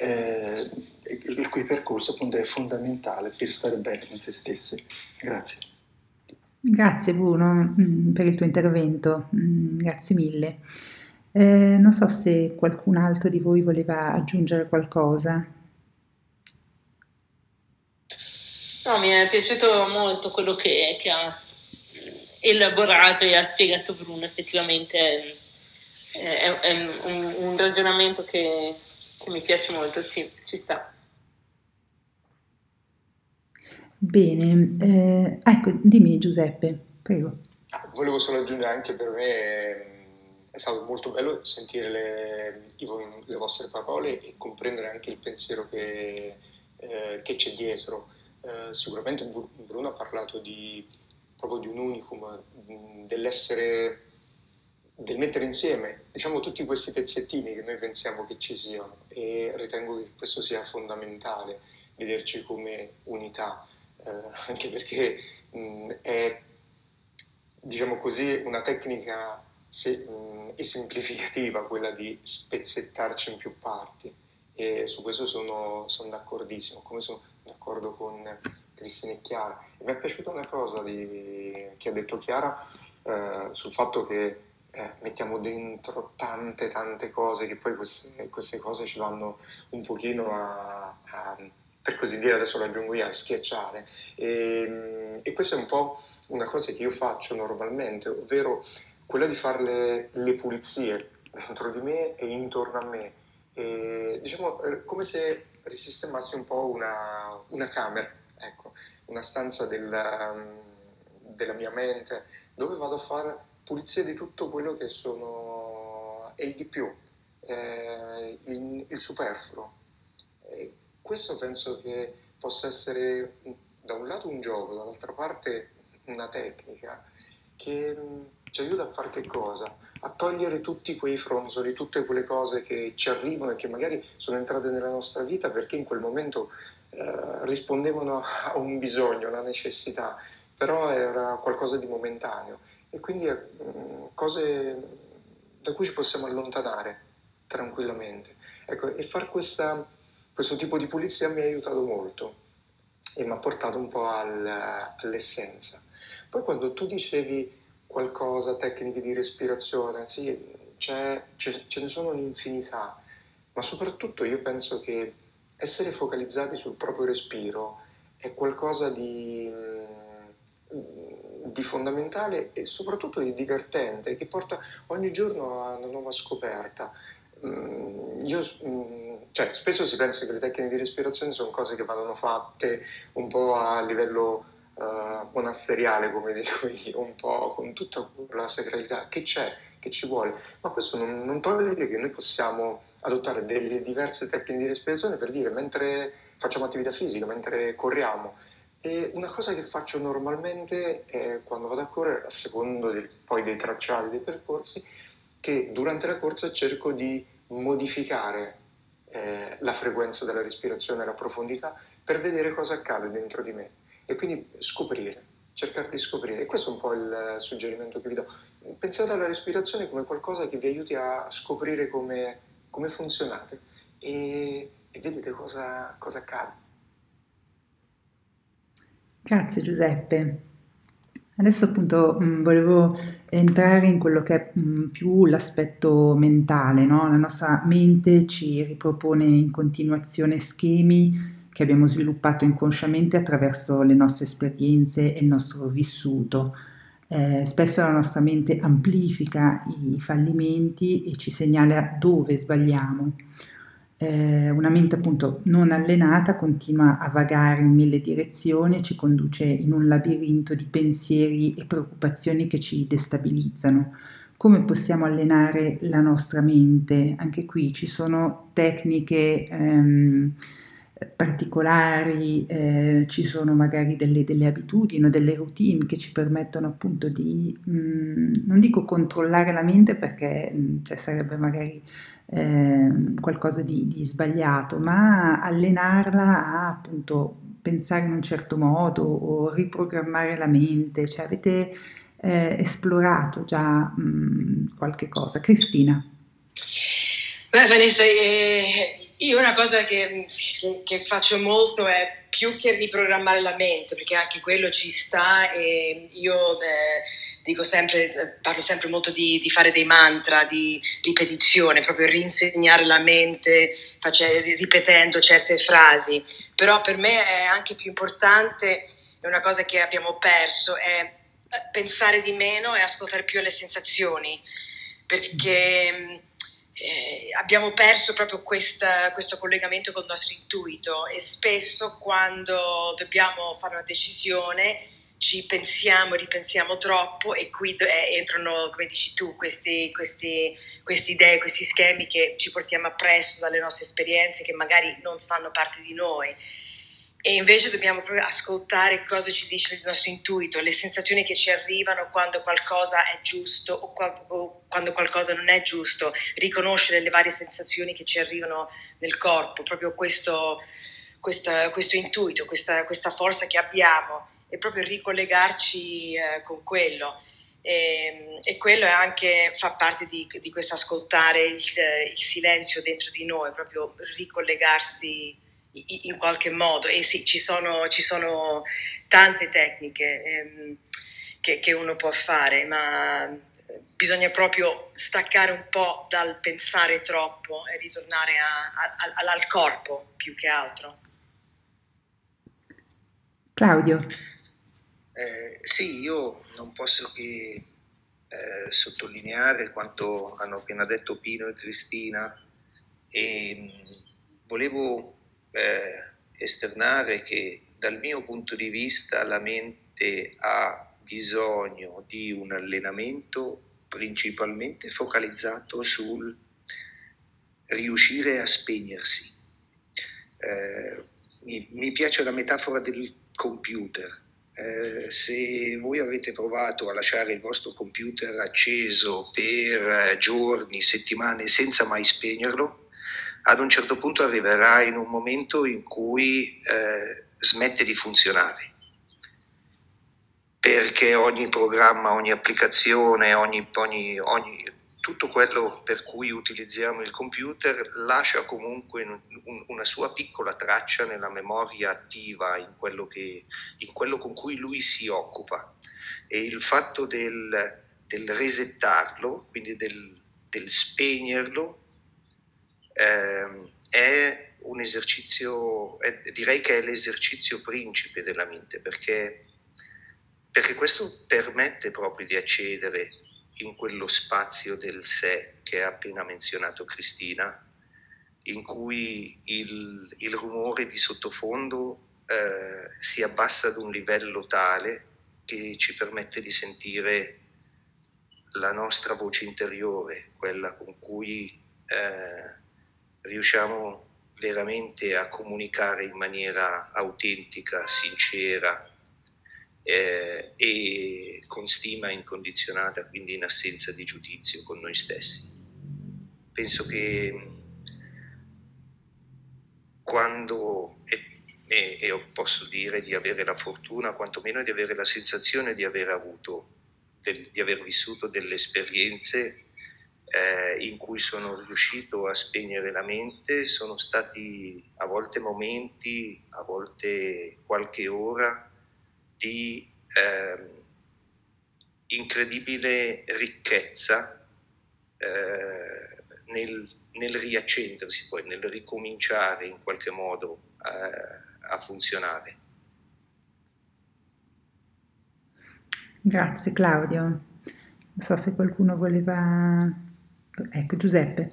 eh, il cui percorso appunto è fondamentale per stare bene con se stessi. Grazie. Grazie Bruno mh, per il tuo intervento, mh, grazie mille. Eh, non so se qualcun altro di voi voleva aggiungere qualcosa. No, mi è piaciuto molto quello che, che ha elaborato e ha spiegato Bruno. Effettivamente è, è, è un, un ragionamento che, che mi piace molto, sì, ci sta. Bene, eh, ecco, dimmi Giuseppe, prego. volevo solo aggiungere, anche per me è, è stato molto bello sentire le, le vostre parole e comprendere anche il pensiero che, eh, che c'è dietro. Eh, sicuramente Bruno ha parlato di, proprio di un unicum, dell'essere, del mettere insieme, diciamo, tutti questi pezzettini che noi pensiamo che ci siano, e ritengo che questo sia fondamentale, vederci come unità, eh, anche perché mh, è, diciamo così, una tecnica se, mh, esemplificativa quella di spezzettarci in più parti, e su questo sono, sono d'accordissimo, come sono d'accordo con Cristina e Chiara. E mi è piaciuta una cosa di, che ha detto Chiara, eh, sul fatto che eh, mettiamo dentro tante tante cose, che poi queste, queste cose ci vanno un pochino a, a, per così dire, adesso lo aggiungo io, a schiacciare, e, e questa è un po' una cosa che io faccio normalmente, ovvero quella di fare le, le pulizie dentro di me e intorno a me, e, diciamo, come se risistemassi un po' una, una camera, ecco, una stanza del, della mia mente, dove vado a fare pulizia di tutto quello che sono, e il di più, eh, il, il superfluo. E questo penso che possa essere da un lato un gioco, dall'altra parte una tecnica che ci aiuta a fare che cosa? A togliere tutti quei fronzoli, tutte quelle cose che ci arrivano e che magari sono entrate nella nostra vita perché in quel momento eh, rispondevano a un bisogno, a una necessità, però era qualcosa di momentaneo, e quindi eh, cose da cui ci possiamo allontanare tranquillamente. Ecco, e far questa, questo tipo di pulizia mi ha aiutato molto e mi ha portato un po' al, all'essenza. Poi quando tu dicevi qualcosa, tecniche di respirazione, sì, c'è, c'è, ce ne sono un'infinità, ma soprattutto io penso che essere focalizzati sul proprio respiro è qualcosa di, di fondamentale e soprattutto di divertente, che porta ogni giorno a una nuova scoperta. Io, cioè, spesso si pensa che le tecniche di respirazione sono cose che vanno fatte un po' a livello uh, monasteriale, come dico io, un po' con tutta la sacralità che c'è, che ci vuole, ma questo non, non toglie che noi possiamo adottare delle diverse tecniche di respirazione, per dire, mentre facciamo attività fisica, mentre corriamo. E una cosa che faccio normalmente è, quando vado a correre, a secondo del, poi dei tracciati, dei percorsi, che durante la corsa cerco di modificare eh, la frequenza della respirazione, la profondità, per vedere cosa accade dentro di me, e quindi scoprire, cercare di scoprire. E questo è un po' il suggerimento che vi do. Pensate alla respirazione come qualcosa che vi aiuti a scoprire come, come funzionate, e, e vedete cosa, cosa accade. Grazie Giuseppe. Adesso appunto mh, volevo entrare in quello che è mh, più l'aspetto mentale, no? La nostra mente ci ripropone in continuazione schemi che abbiamo sviluppato inconsciamente attraverso le nostre esperienze e il nostro vissuto. Eh, spesso la nostra mente amplifica i fallimenti e ci segnala dove sbagliamo. Eh, una mente appunto non allenata continua a vagare in mille direzioni e ci conduce in un labirinto di pensieri e preoccupazioni che ci destabilizzano. Come possiamo allenare la nostra mente? Anche qui ci sono tecniche ehm, particolari, eh, ci sono magari delle, delle abitudini o delle routine che ci permettono appunto di, mh, non dico controllare la mente perché mh, cioè, sarebbe magari eh, qualcosa di, di sbagliato, ma allenarla a appunto pensare in un certo modo o riprogrammare la mente. Cioè avete eh, esplorato già mh, qualche cosa? Cristina. Beh, Vanessa, eh, io una cosa che, che, che faccio molto è più che riprogrammare la mente, perché anche quello ci sta, e io eh, dico sempre, parlo sempre molto di, di fare dei mantra, di ripetizione, proprio rinsegnare la mente face, ripetendo certe frasi. Però per me è anche più importante, è una cosa che abbiamo perso, è pensare di meno e ascoltare più le sensazioni, perché Eh, abbiamo perso proprio questa, questo collegamento con il nostro intuito, e spesso quando dobbiamo fare una decisione ci pensiamo, ripensiamo troppo e qui eh, entrano, come dici tu, questi, questi, queste idee, questi schemi che ci portiamo appresso dalle nostre esperienze che magari non fanno parte di noi. E invece dobbiamo proprio ascoltare cosa ci dice il nostro intuito, le sensazioni che ci arrivano quando qualcosa è giusto o quando, quando qualcosa non è giusto, riconoscere le varie sensazioni che ci arrivano nel corpo, proprio questo, questa, questo intuito, questa, questa forza che abbiamo e proprio ricollegarci eh, con quello. E, e quello è anche, fa parte di, di questo ascoltare il, il silenzio dentro di noi, proprio ricollegarsi in qualche modo. E sì, ci sono, ci sono tante tecniche ehm, che, che uno può fare, ma bisogna proprio staccare un po' dal pensare troppo e ritornare a, a, a, al corpo più che altro. Claudio. Eh, sì, io non posso che eh, sottolineare quanto hanno appena detto Pino e Cristina e mh, volevo eh, esternare che dal mio punto di vista la mente ha bisogno di un allenamento principalmente focalizzato sul riuscire a spegnersi. Eh, mi, mi piace la metafora del computer. Eh, se voi avete provato a lasciare il vostro computer acceso per giorni, settimane senza mai spegnerlo, ad un certo punto arriverà in un momento in cui eh, smette di funzionare, perché ogni programma, ogni applicazione, ogni, ogni, ogni, tutto quello per cui utilizziamo il computer lascia comunque un, un, una sua piccola traccia nella memoria attiva, in quello, che, in quello con cui lui si occupa. E il fatto del, del resettarlo, quindi del, del spegnerlo, eh, è un esercizio, è, direi che è l'esercizio principe della mente, perché, perché questo permette proprio di accedere in quello spazio del sé che ha appena menzionato Cristina, in cui il, il rumore di sottofondo eh, si abbassa ad un livello tale che ci permette di sentire la nostra voce interiore, quella con cui eh, riusciamo veramente a comunicare in maniera autentica, sincera eh, e con stima incondizionata, quindi in assenza di giudizio con noi stessi. Penso che quando, e, e, e posso dire di avere la fortuna, quantomeno di avere la sensazione di aver avuto, del, di aver vissuto delle esperienze eh, in cui sono riuscito a spegnere la mente, sono stati a volte momenti, a volte qualche ora di eh, incredibile ricchezza eh, nel, nel riaccendersi poi, nel ricominciare in qualche modo eh, a funzionare. Grazie Claudio. Non so se qualcuno voleva... Ecco, Giuseppe.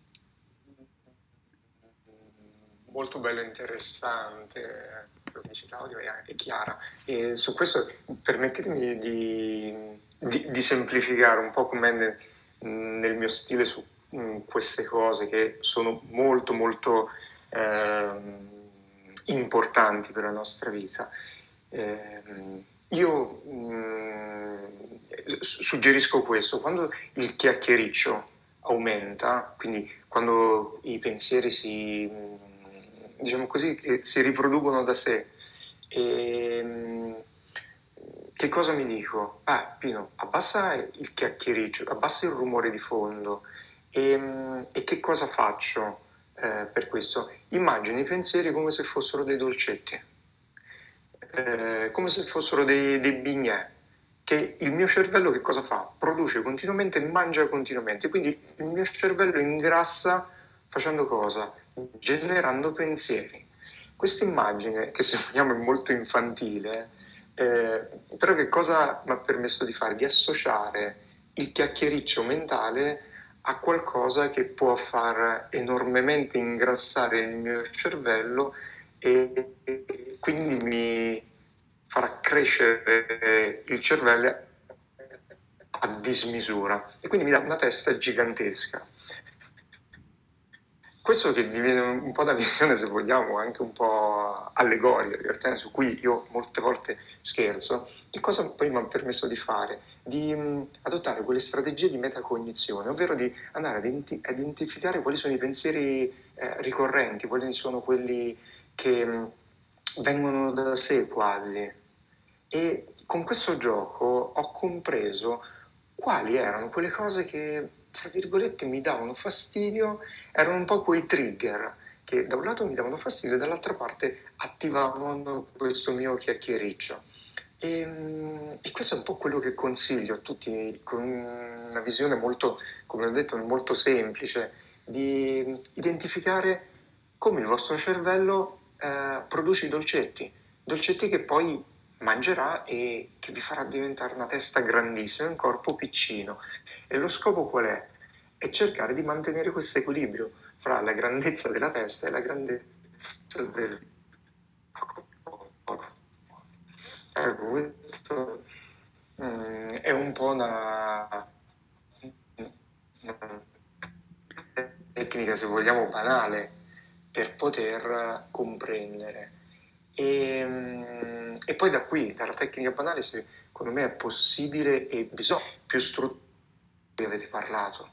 Molto bello e interessante quello che dice Claudio e Chiara. E su questo permettetemi di, di, di semplificare un po' come nel, nel mio stile su mh, queste cose che sono molto molto eh, importanti per la nostra vita. Eh, io mh, suggerisco questo: quando il chiacchiericcio aumenta, quindi quando i pensieri si, diciamo così, si riproducono da sé, e, che cosa mi dico? Ah, Pino, abbassa il chiacchiericcio, abbassa il rumore di fondo. E, e che cosa faccio eh, per questo? Immagino i pensieri come se fossero dei dolcetti, eh, come se fossero dei, dei bignè, che il mio cervello che cosa fa? Produce continuamente e mangia continuamente, quindi il mio cervello ingrassa facendo cosa? Generando pensieri. Questa immagine, che se vogliamo è molto infantile, eh, però che cosa mi ha permesso di fare? Di associare il chiacchiericcio mentale a qualcosa che può far enormemente ingrassare il mio cervello e quindi mi farà crescere il cervello a dismisura e quindi mi dà una testa gigantesca. Questo che diviene un po' da visione, se vogliamo, anche un po' allegorica, divertente, su cui io molte volte scherzo, che cosa poi mi ha permesso di fare? Di mh, adottare quelle strategie di metacognizione, ovvero di andare ad identi- a identificare quali sono i pensieri eh, ricorrenti, quali sono quelli che mh, vengono da sé quasi. E con questo gioco ho compreso quali erano quelle cose che, tra virgolette, mi davano fastidio, erano un po' quei trigger che da un lato mi davano fastidio e dall'altra parte attivavano questo mio chiacchiericcio. E, mm, e questo è un po' quello che consiglio a tutti, con una visione molto, come ho detto, molto semplice, di identificare come il vostro cervello eh, produce i dolcetti, dolcetti che poi mangerà e che vi farà diventare una testa grandissima e un corpo piccino. E lo scopo qual è? È cercare di mantenere questo equilibrio fra la grandezza della testa e la grandezza del corpo. Ecco, questo mm, è un po' una, una tecnica, se vogliamo, banale per poter comprendere. E, mm, e poi da qui, dalla tecnica banale, secondo me è possibile e bisogna più strutture di cui avete parlato.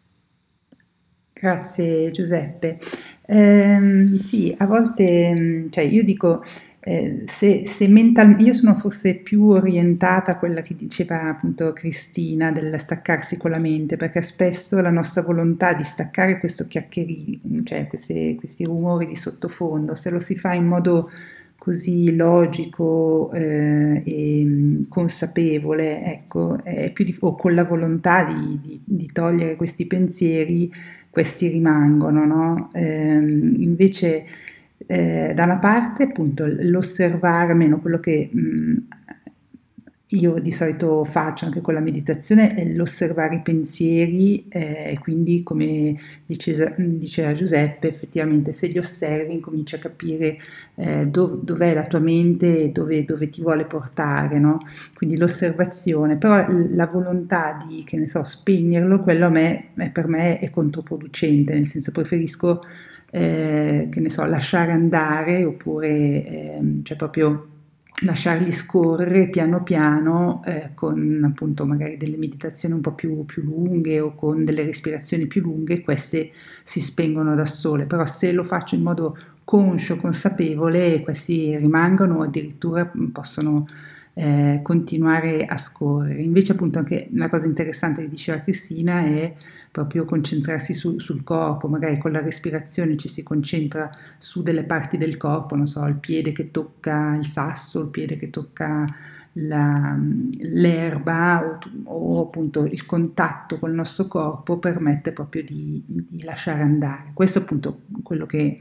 Grazie Giuseppe. Ehm, sì, a volte, mh, cioè io dico, eh, se, se mental, io sono forse più orientata a quella che diceva appunto Cristina del staccarsi con la mente, perché spesso la nostra volontà di staccare questo chiacchierino, cioè queste- questi rumori di sottofondo, se lo si fa in modo così logico eh, e mh, consapevole, ecco, è più di- o con la volontà di, di- di togliere questi pensieri, questi rimangono, no? Ehm, invece, eh, da una parte, appunto, l'osservare, almeno quello che mh, io di solito faccio anche con la meditazione, è l'osservare i pensieri eh, e quindi, come dice- diceva Giuseppe, effettivamente se li osservi incominci a capire eh, dov- dov'è la tua mente e dove, dove ti vuole portare, no? Quindi l'osservazione, però l- la volontà di, che ne so, spegnerlo, quello a me, eh, per me è controproducente, nel senso preferisco, eh, che ne so, lasciare andare oppure, ehm, cioè proprio lasciarli scorrere piano piano eh, con appunto magari delle meditazioni un po' più, più lunghe o con delle respirazioni più lunghe, queste si spengono da sole, però se lo faccio in modo conscio, consapevole, questi rimangono o addirittura possono eh, continuare a scorrere. Invece appunto anche una cosa interessante che diceva Cristina è proprio concentrarsi su- sul corpo, magari con la respirazione ci si concentra su delle parti del corpo, non so, il piede che tocca il sasso, il piede che tocca la- l'erba o, o appunto il contatto col nostro corpo permette proprio di, di lasciare andare. Questo è appunto quello che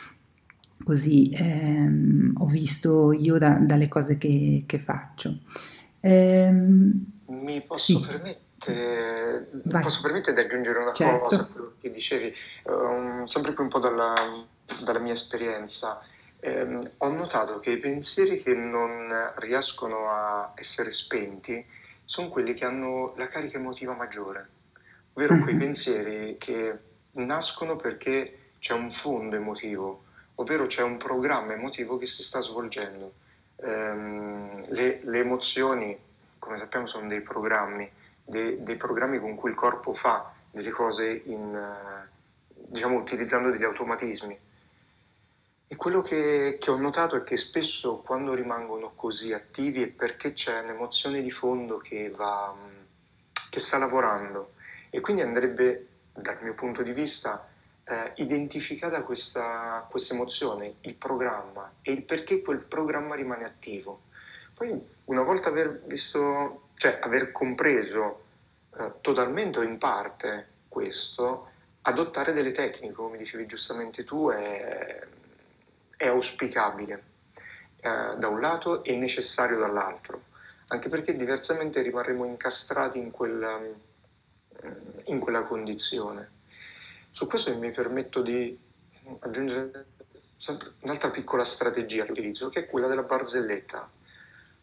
così ehm, ho visto io da- dalle cose che, che faccio. Ehm, Mi posso sì, permettere, vai, posso permettere di aggiungere una cosa a certo. quello che dicevi, ehm, sempre qui un po' dalla, dalla mia esperienza. Ehm, ho notato che i pensieri che non riescono a essere spenti sono quelli che hanno la carica emotiva maggiore, ovvero quei Ah, pensieri che nascono perché c'è un fondo emotivo, ovvero c'è un programma emotivo che si sta svolgendo. Ehm, le, le emozioni, come sappiamo, sono dei programmi, dei, dei programmi con cui il corpo fa delle cose in, eh, diciamo, utilizzando degli automatismi. E quello che, che ho notato è che spesso quando rimangono così attivi è perché c'è un'emozione di fondo che va, mh, che sta lavorando. E quindi andrebbe, dal mio punto di vista, eh, identificata questa, questa emozione, il programma e il perché quel programma rimane attivo. Poi, una volta aver visto, cioè aver compreso eh, totalmente o in parte questo, adottare delle tecniche, come dicevi giustamente tu, è, è auspicabile eh, da un lato e necessario dall'altro, anche perché diversamente rimarremo incastrati in quella, in quella condizione. Su questo mi permetto di aggiungere sempre un'altra piccola strategia che utilizzo, che è quella della barzelletta.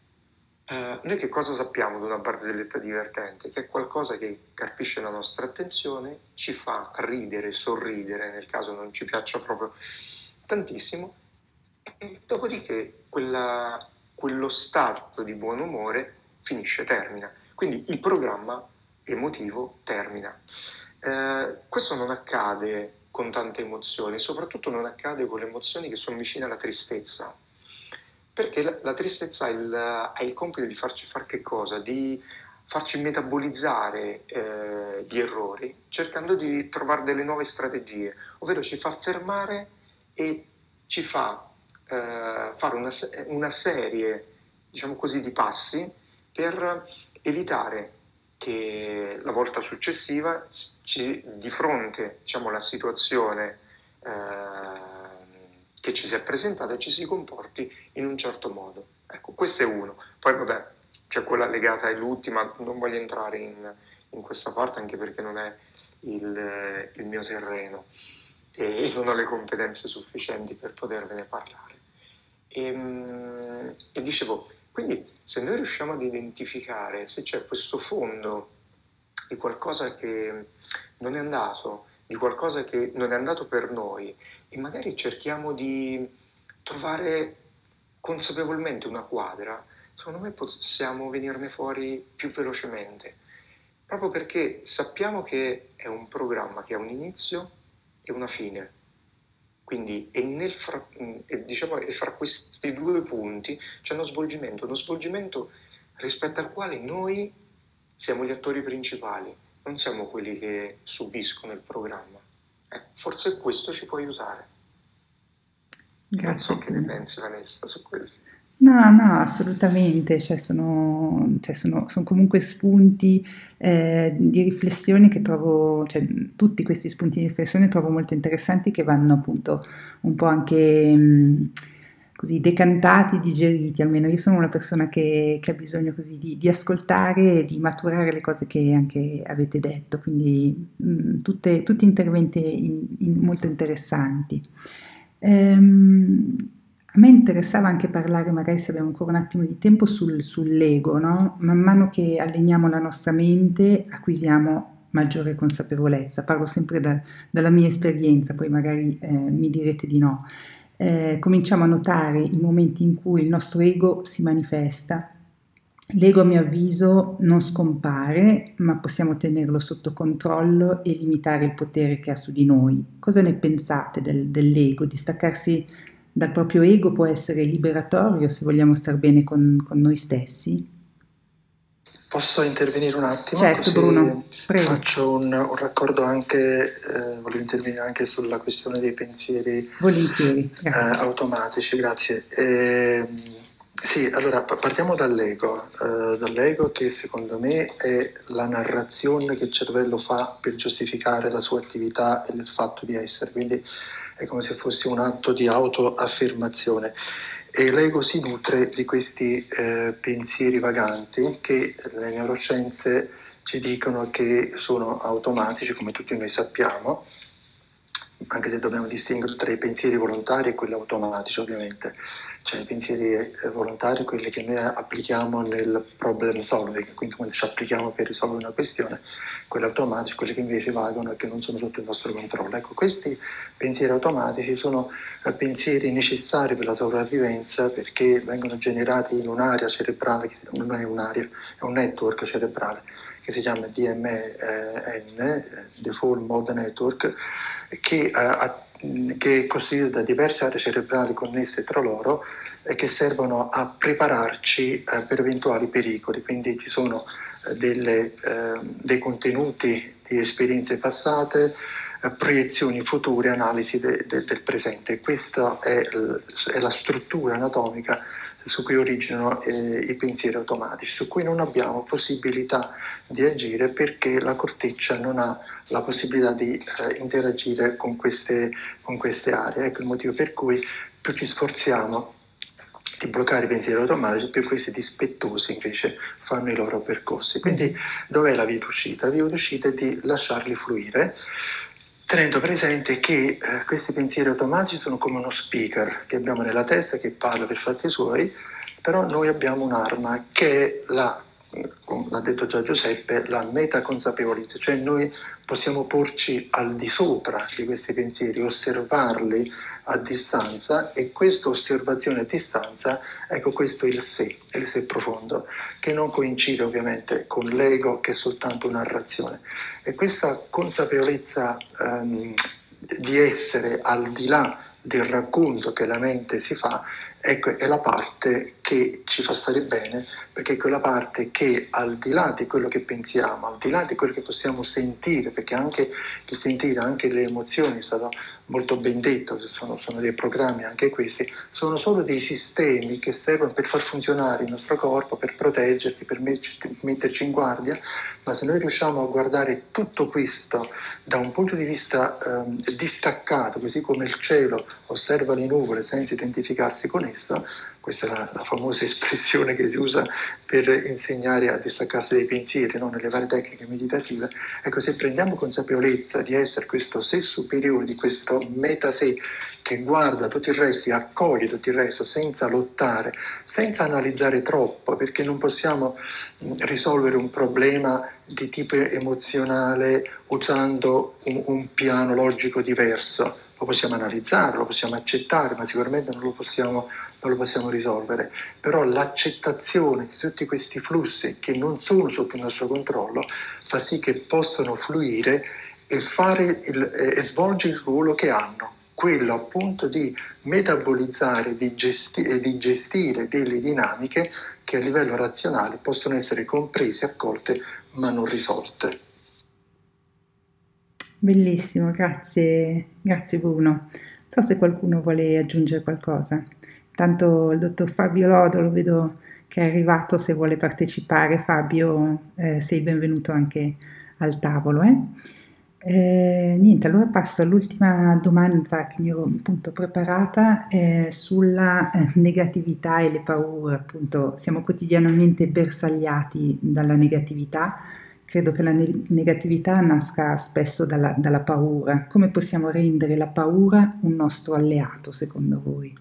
Uh, noi che cosa sappiamo di una barzelletta divertente? Che è qualcosa che carpisce la nostra attenzione, ci fa ridere, sorridere, nel caso non ci piaccia proprio tantissimo, e dopodiché quella, quello stato di buon umore finisce, termina. Quindi il programma emotivo termina. Uh, questo non accade con tante emozioni, soprattutto non accade con le emozioni che sono vicine alla tristezza. Perché la, la tristezza ha il, ha il compito di farci fare che cosa? Di farci metabolizzare eh, gli errori, cercando di trovare delle nuove strategie, ovvero ci fa fermare e ci fa eh, fare una, una serie, diciamo così, di passi per evitare che la volta successiva ci, di fronte, diciamo, alla situazione eh, che ci si è presentata e ci si comporti in un certo modo. Ecco, questo è uno. Poi vabbè, c'è quella legata ai lutti, ma non voglio entrare in, in questa parte anche perché non è il, il mio terreno e non ho le competenze sufficienti per potervene parlare. E, e dicevo, quindi se noi riusciamo ad identificare se c'è questo fondo di qualcosa che non è andato, di qualcosa che non è andato per noi, e magari cerchiamo di trovare consapevolmente una quadra, secondo me possiamo venirne fuori più velocemente, proprio perché sappiamo che è un programma che ha un inizio e una fine. Quindi e nel fra, e diciamo, e fra questi due punti c'è uno svolgimento, uno svolgimento rispetto al quale noi siamo gli attori principali, non siamo quelli che subiscono il programma. Eh, forse questo ci può aiutare. Grazie. Non so che ne pensi, Vanessa, su questo. No, no, assolutamente, cioè sono, cioè sono, sono comunque spunti eh, di riflessione che trovo, cioè tutti questi spunti di riflessione trovo molto interessanti, che vanno appunto un po' anche mh, così decantati, digeriti. Almeno io sono una persona che, che ha bisogno così di, di ascoltare e di maturare le cose che anche avete detto, quindi mh, tutte, tutti interventi in, in molto interessanti. Ehm, A me interessava anche parlare, magari se abbiamo ancora un attimo di tempo, sul, sull'ego, no? Man mano che alleniamo la nostra mente, acquisiamo maggiore consapevolezza. Parlo sempre da, dalla mia esperienza, poi magari eh, mi direte di no. Eh, cominciamo a notare i momenti in cui il nostro ego si manifesta. L'ego, a mio avviso, non scompare, ma possiamo tenerlo sotto controllo e limitare il potere che ha su di noi. Cosa ne pensate del, dell'ego? Distaccarsi dal proprio ego può essere liberatorio se vogliamo star bene con, con noi stessi? Posso intervenire un attimo? Certo, così Bruno, prego. Faccio un, un raccordo anche, eh, volevo intervenire anche sulla questione dei pensieri Volentieri, eh, automatici, grazie. Eh, sì, allora partiamo dall'ego, eh, dall'ego che secondo me è la narrazione che il cervello fa per giustificare la sua attività e il fatto di essere, quindi è come se fosse un atto di autoaffermazione. E l'ego si nutre di questi eh, pensieri vaganti che le neuroscienze ci dicono che sono automatici, come tutti noi sappiamo, anche se dobbiamo distinguere tra i pensieri volontari e quelli automatici, ovviamente. Cioè i pensieri volontari, quelli che noi applichiamo nel problem solving, quindi quando ci applichiamo per risolvere una questione, quelli automatici, quelli che invece vagano e che non sono sotto il nostro controllo. Ecco, questi pensieri automatici sono pensieri necessari per la sopravvivenza, perché vengono generati in un'area cerebrale, che non è un'area, è un network cerebrale, che si chiama D M N, Default Mode Network, che, uh, che è costituito da diverse aree cerebrali connesse tra loro e che servono a prepararci uh, per eventuali pericoli. Quindi ci sono uh, delle, uh, dei contenuti di esperienze passate, uh, proiezioni future, analisi de, de, del presente. Questa è, è la struttura anatomica su cui originano eh, i pensieri automatici, su cui non abbiamo possibilità di agire perché la corteccia non ha la possibilità di eh, interagire con queste, con queste aree. Ecco il motivo per cui più ci sforziamo di bloccare i pensieri automatici, più questi dispettosi invece fanno i loro percorsi. Quindi dov'è la via d'uscita? La via d'uscita è di lasciarli fluire, tenendo presente che eh, questi pensieri automatici sono come uno speaker che abbiamo nella testa che parla per fatti suoi, però noi abbiamo un'arma che è la, come l'ha detto già Giuseppe, la metaconsapevolezza, cioè noi possiamo porci al di sopra di questi pensieri, osservarli a distanza, e questa osservazione a distanza, ecco, questo è il sé, è il sé profondo, che non coincide ovviamente con l'ego, che è soltanto una narrazione. E questa consapevolezza ehm, di essere al di là del racconto che la mente si fa, ecco, è la parte che ci fa stare bene, perché è quella parte che, al di là di quello che pensiamo, al di là di quello che possiamo sentire, perché anche il sentire, anche le emozioni, è stato molto ben detto, sono, sono dei programmi anche questi, sono solo dei sistemi che servono per far funzionare il nostro corpo, per proteggerti, per metterci in guardia, ma se noi riusciamo a guardare tutto questo da un punto di vista ehm, distaccato, così come il cielo osserva le nuvole senza identificarsi con esso, questa è la, la famosa espressione che si usa per insegnare a distaccarsi dai pensieri, no? Nelle varie tecniche meditative. Ecco, se prendiamo consapevolezza di essere questo sé superiore, di questo meta sé che guarda tutto il resto e accoglie tutto il resto senza lottare, senza analizzare troppo, perché non possiamo risolvere un problema di tipo emozionale usando un, un piano logico diverso. Lo possiamo analizzare, lo possiamo accettare, ma sicuramente non lo possiamo, non lo possiamo risolvere. Però l'accettazione di tutti questi flussi che non sono sotto il nostro controllo fa sì che possano fluire e, fare il, e svolgere il ruolo che hanno, quello appunto di metabolizzare, di, gesti- di gestire delle dinamiche che a livello razionale possono essere comprese, accolte, ma non risolte. Bellissimo, grazie, grazie Bruno. Non so se qualcuno vuole aggiungere qualcosa. Tanto il dottor Fabio Lodo lo vedo che è arrivato, se vuole partecipare. Fabio, eh, sei benvenuto anche al tavolo. Eh? Eh, niente, allora passo all'ultima domanda che mi ero appunto preparata eh, sulla eh, negatività e le paure. Appunto, siamo quotidianamente bersagliati dalla negatività. Credo che la ne- negatività nasca spesso dalla, dalla paura. Come possiamo rendere la paura un nostro alleato, secondo voi?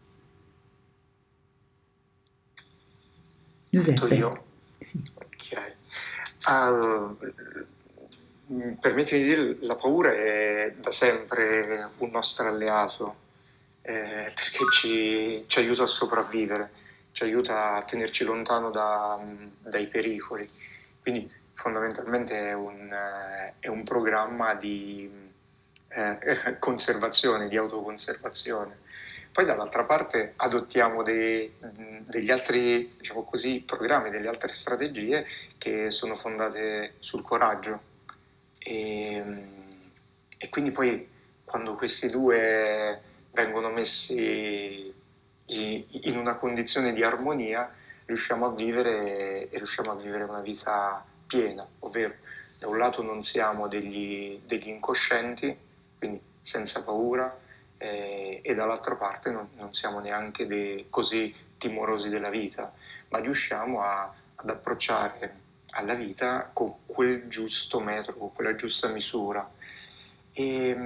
Giuseppe. Io? Sì. Ok. Uh, permettimi di dire, la paura è da sempre un nostro alleato, eh, perché ci, ci aiuta a sopravvivere, ci aiuta a tenerci lontano da, dai pericoli. Quindi fondamentalmente è un, è un programma di eh, conservazione, di autoconservazione. Poi dall'altra parte adottiamo dei, degli altri, diciamo così, programmi, delle altre strategie che sono fondate sul coraggio. E, e quindi poi quando questi due vengono messi in una condizione di armonia, riusciamo a vivere e riusciamo a vivere una vita piena, ovvero da un lato non siamo degli, degli incoscienti, quindi senza paura, eh, e dall'altra parte non, non siamo neanche dei, così timorosi della vita, ma riusciamo a, ad approcciare alla vita con quel giusto metro, con quella giusta misura. E,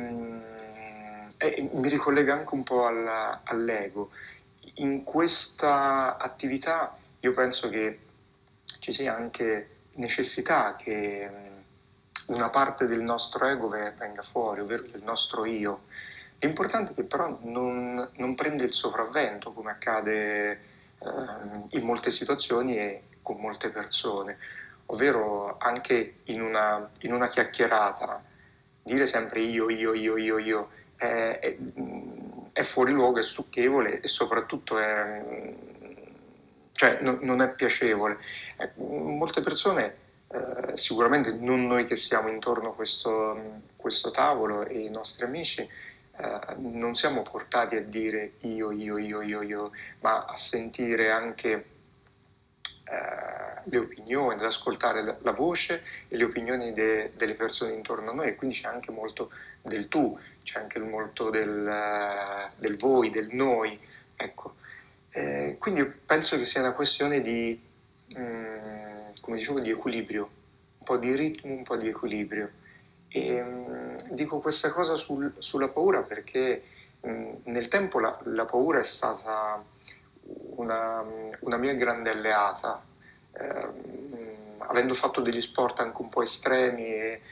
e mi ricollega anche un po' alla, all'ego. In questa attività io penso che ci sia anche necessità che una parte del nostro ego venga fuori, ovvero del nostro io. L'importante è che però non, non prenda il sopravvento, come accade eh, in molte situazioni e con molte persone, ovvero anche in una, in una chiacchierata, dire sempre io, io, io, io, io, è, è, è fuori luogo, è stucchevole e soprattutto è, cioè, no, non è piacevole. Eh, molte persone, eh, sicuramente non noi che siamo intorno a questo, questo tavolo e i nostri amici, eh, non siamo portati a dire io, io, io, io, io, ma a sentire anche eh, le opinioni, ad ascoltare la, la voce e le opinioni de, delle persone intorno a noi, e quindi c'è anche molto del tu, c'è anche molto del, del voi, del noi, ecco. Eh, quindi penso che sia una questione di, mh, come dicevo, di equilibrio, un po' di ritmo, un po' di equilibrio. E mh, dico questa cosa sul, sulla paura perché mh, nel tempo la, la paura è stata una, una mia grande alleata, eh, avendo fatto degli sport anche un po' estremi e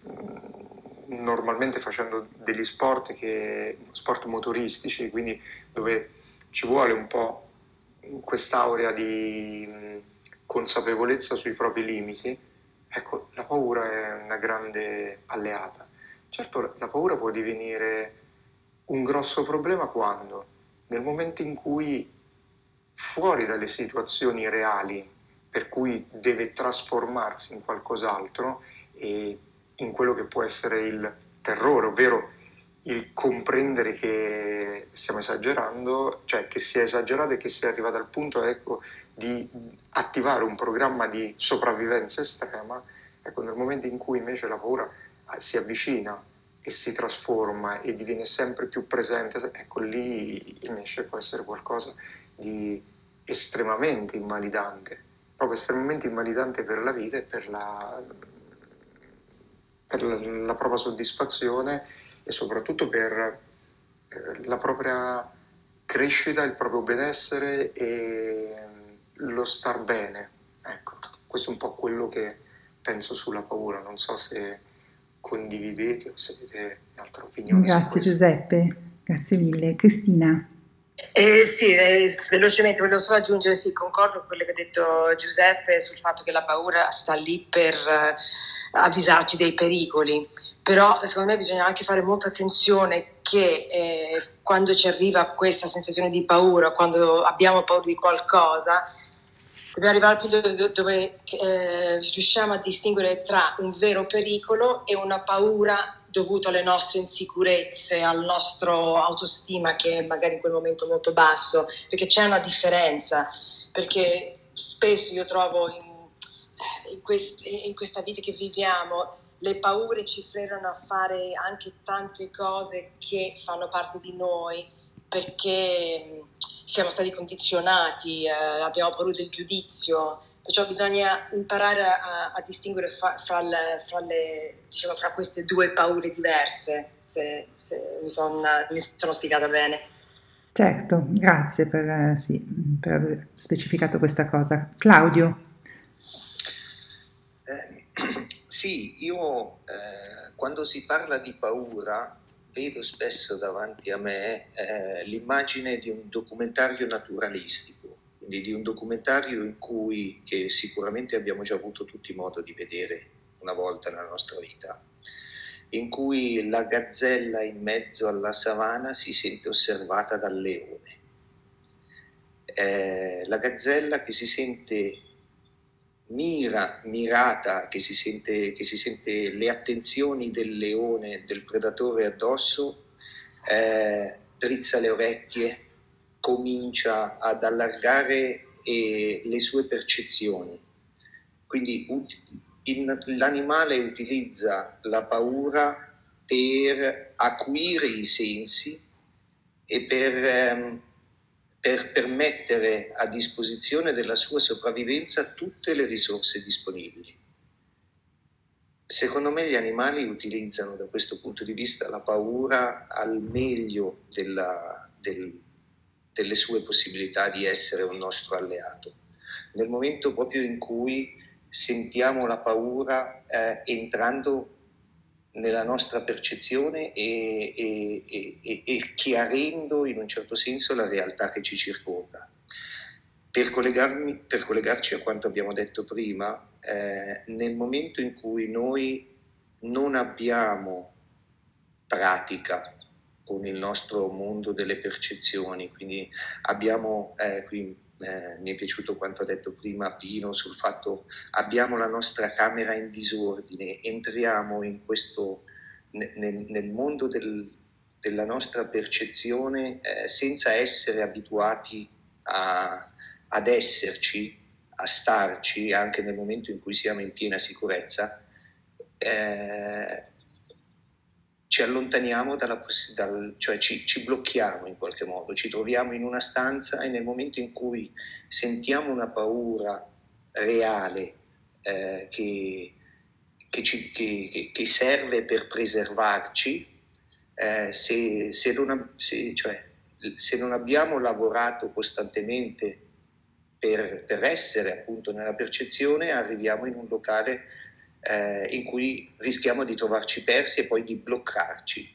mh, normalmente facendo degli sport, che, sport motoristici, quindi dove ci vuole un po' quest'aurea di mh, consapevolezza sui propri limiti, ecco, la paura è una grande alleata. Certo, la paura può divenire un grosso problema quando? Nel momento in cui, fuori dalle situazioni reali, per cui deve trasformarsi in qualcos'altro, e in quello che può essere il terrore, ovvero il comprendere che stiamo esagerando, cioè che si è esagerato e che si è arrivato al punto, ecco, di attivare un programma di sopravvivenza estrema. Ecco, nel momento in cui invece la paura si avvicina e si trasforma e diviene sempre più presente, ecco, lì invece può essere qualcosa di estremamente invalidante, proprio estremamente invalidante per la vita e per la, per la, la propria soddisfazione e soprattutto per eh, la propria crescita, il proprio benessere e lo star bene. Ecco, questo è un po' quello che penso sulla paura. Non so se condividete o se avete un'altra opinione. Grazie Giuseppe, grazie mille. Cristina. Eh, sì, eh, velocemente volevo solo aggiungere, sì, concordo con quello che ha detto Giuseppe sul fatto che la paura sta lì per eh, avvisarci dei pericoli, però secondo me bisogna anche fare molta attenzione che eh, quando ci arriva questa sensazione di paura, quando abbiamo paura di qualcosa, dobbiamo arrivare al punto dove, dove eh, riusciamo a distinguere tra un vero pericolo e una paura dovuto alle nostre insicurezze, al nostro autostima che magari in quel momento è molto basso, perché c'è una differenza, perché spesso io trovo in, in, quest, in questa vita che viviamo le paure ci frenano a fare anche tante cose che fanno parte di noi, perché siamo stati condizionati, eh, abbiamo paura del giudizio, perciò bisogna imparare a, a distinguere fra, fra, le, fra, le, diciamo, fra queste due paure diverse, se, se mi, son, mi sono spiegata bene. Certo, grazie per, eh, sì, per aver specificato questa cosa. Claudio. Eh, sì, io eh, quando si parla di paura vedo spesso davanti a me eh, l'immagine di un documentario naturalistico, quindi di un documentario in cui, che sicuramente abbiamo già avuto tutti modo di vedere una volta nella nostra vita, in cui la gazzella in mezzo alla savana si sente osservata dal leone. Eh, la gazzella che si sente mira, mirata, che si sente, che si sente le attenzioni del leone, del predatore addosso, eh, drizza le orecchie, comincia ad allargare eh, le sue percezioni. Quindi in, l'animale utilizza la paura per acuire i sensi e per... Ehm, per, per mettere a disposizione della sua sopravvivenza tutte le risorse disponibili. Secondo me gli animali utilizzano da questo punto di vista la paura al meglio della, del, delle sue possibilità di essere un nostro alleato. Nel momento proprio in cui sentiamo la paura eh, entrando nella nostra percezione e, e, e, e chiarendo in un certo senso la realtà che ci circonda. Per, collegarmi, per collegarci a quanto abbiamo detto prima, eh, nel momento in cui noi non abbiamo pratica con il nostro mondo delle percezioni, quindi abbiamo, eh, qui, eh, mi è piaciuto quanto ha detto prima Pino sul fatto abbiamo la nostra camera in disordine, entriamo in questo, nel, nel mondo del, della nostra percezione eh, senza essere abituati a, ad esserci, a starci anche nel momento in cui siamo in piena sicurezza, eh, ci allontaniamo dalla possibilità, cioè ci, ci blocchiamo in qualche modo, ci troviamo in una stanza e nel momento in cui sentiamo una paura reale eh, che, che, ci, che, che serve per preservarci, eh, se, se, non, se cioè, se non abbiamo lavorato costantemente per, per essere appunto nella percezione, arriviamo in un locale eh, in cui rischiamo di trovarci persi e poi di bloccarci.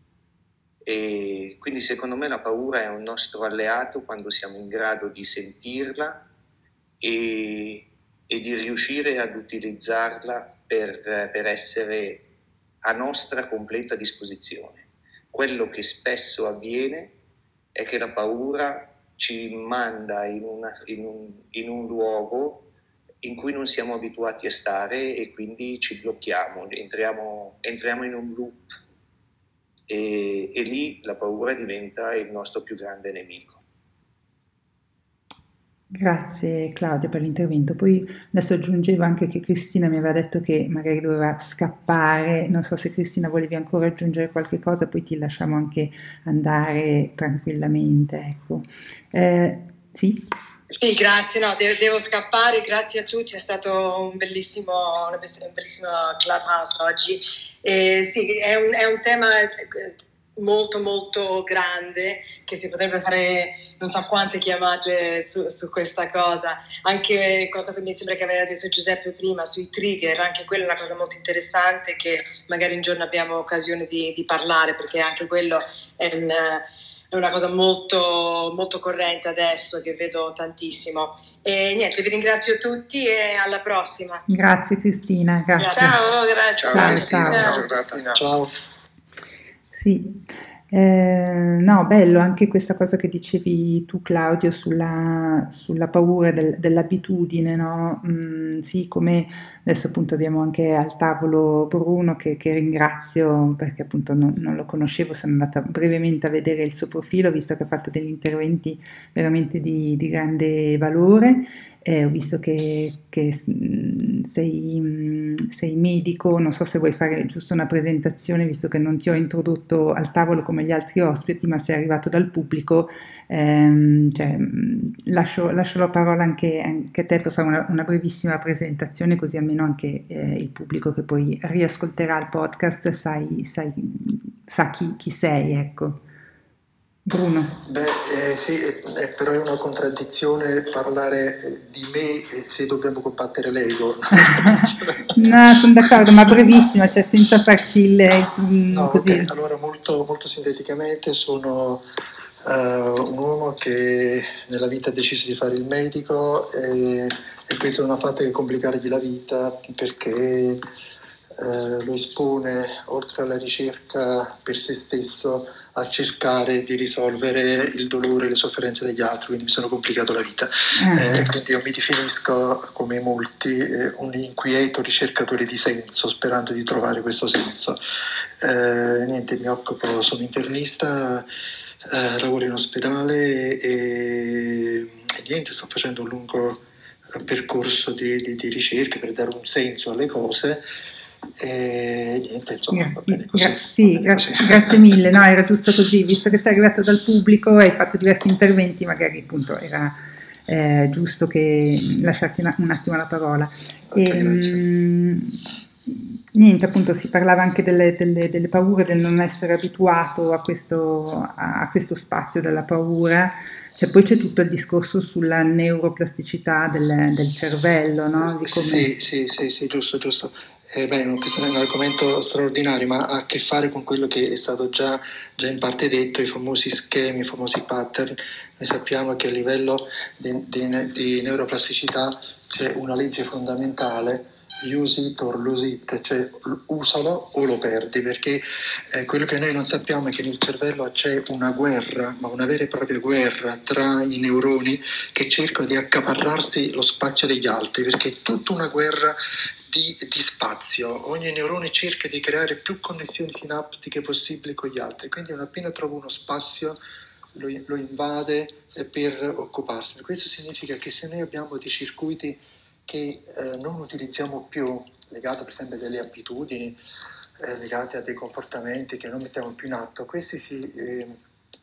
E quindi secondo me la paura è un nostro alleato quando siamo in grado di sentirla e, e di riuscire ad utilizzarla per, per essere a nostra completa disposizione. Quello che spesso avviene è che la paura ci manda in, una, in, un, in un luogo in cui non siamo abituati a stare e quindi ci blocchiamo, entriamo, entriamo in un loop e, e lì la paura diventa il nostro più grande nemico. Grazie Claudia per l'intervento. Poi adesso aggiungevo anche che Cristina mi aveva detto che magari doveva scappare, non so se Cristina volevi ancora aggiungere qualche cosa, poi ti lasciamo anche andare tranquillamente, ecco. Eh, sì? Sì, grazie, no, devo, devo scappare, grazie a tutti, è stato un bellissimo, una bellissima Clubhouse oggi. Eh, sì, è un, è un tema molto molto grande che si potrebbe fare non so quante chiamate su, su questa cosa, anche qualcosa mi sembra che aveva detto Giuseppe prima sui trigger, anche quella è una cosa molto interessante che magari un giorno abbiamo occasione di, di parlare, perché anche quello è, un, è una cosa molto molto corrente adesso che vedo tantissimo. E niente, vi ringrazio tutti e alla prossima. Grazie Cristina, grazie. Ciao, grazie. Ciao, ciao. ciao. Ciao. Ciao. Sì, eh, no, bello anche questa cosa che dicevi tu Claudio sulla, sulla paura del- dell'abitudine, no? Mm, sì, come adesso appunto abbiamo anche al tavolo Bruno che, che ringrazio perché appunto non, non lo conoscevo, sono andata brevemente a vedere il suo profilo, visto che ha fatto degli interventi veramente di, di grande valore. Eh, ho visto che, che, mm, sei, mm, sei medico, non so se vuoi fare giusto una presentazione, visto che non ti ho introdotto al tavolo come gli altri ospiti, ma sei arrivato dal pubblico, ehm, cioè, mm, lascio, lascio la parola anche, anche a te per fare una, una brevissima presentazione, così almeno anche eh, il pubblico che poi riascolterà il podcast sai, sai, sa chi, chi sei, ecco. Bruno. Beh, eh, sì, eh, eh, però è una contraddizione parlare eh, di me eh, se dobbiamo combattere l'ego. No, sono d'accordo, ma brevissima, cioè senza farci il, il- No, così. ok, allora molto, molto sinteticamente sono eh, un uomo che nella vita ha deciso di fare il medico e, e questo non ha fatto che complicargli la vita perché eh, lo espone, oltre alla ricerca per se stesso, a cercare di risolvere il dolore e le sofferenze degli altri, quindi mi sono complicato la vita. Eh. Eh, quindi io mi definisco, come molti, eh, un inquieto ricercatore di senso, sperando di trovare questo senso. Eh, niente, mi occupo, sono internista, eh, lavoro in ospedale e, e niente, sto facendo un lungo eh, percorso di, di, di ricerche per dare un senso alle cose. E niente, insomma, Gra- va bene così. gra- va sì, bene grazie, così. grazie mille. No, era giusto così, visto che sei arrivata dal pubblico e hai fatto diversi interventi, magari appunto era eh, giusto che lasciarti una- un attimo la parola. Ok, E, grazie. mm, niente, appunto si parlava anche delle, delle- delle paure, del non essere abituato a questo, a, a questo spazio della paura. Cioè, poi c'è tutto il discorso sulla neuroplasticità del, del cervello, no? Di come... Sì, sì, sì, sì, giusto, giusto. Eh, beh, non- questo è un argomento straordinario, ma ha a che fare con quello che è stato già, già in parte detto, i famosi schemi, i famosi pattern. Noi sappiamo che a livello di, di- di neuroplasticità c'è una legge fondamentale, use it or lose it, cioè usalo o lo perdi, perché eh, quello che noi non sappiamo è che nel cervello c'è una guerra, ma una vera e propria guerra tra i neuroni che cercano di accaparrarsi lo spazio degli altri, perché è tutta una guerra di, di spazio. Ogni neurone cerca di creare più connessioni sinaptiche possibili con gli altri, quindi non appena trova uno spazio lo, lo invade eh, per occuparsene. Questo significa che se noi abbiamo dei circuiti che eh, non utilizziamo più, legati per esempio a delle abitudini, eh, legate a dei comportamenti che non mettiamo più in atto, questi si, eh,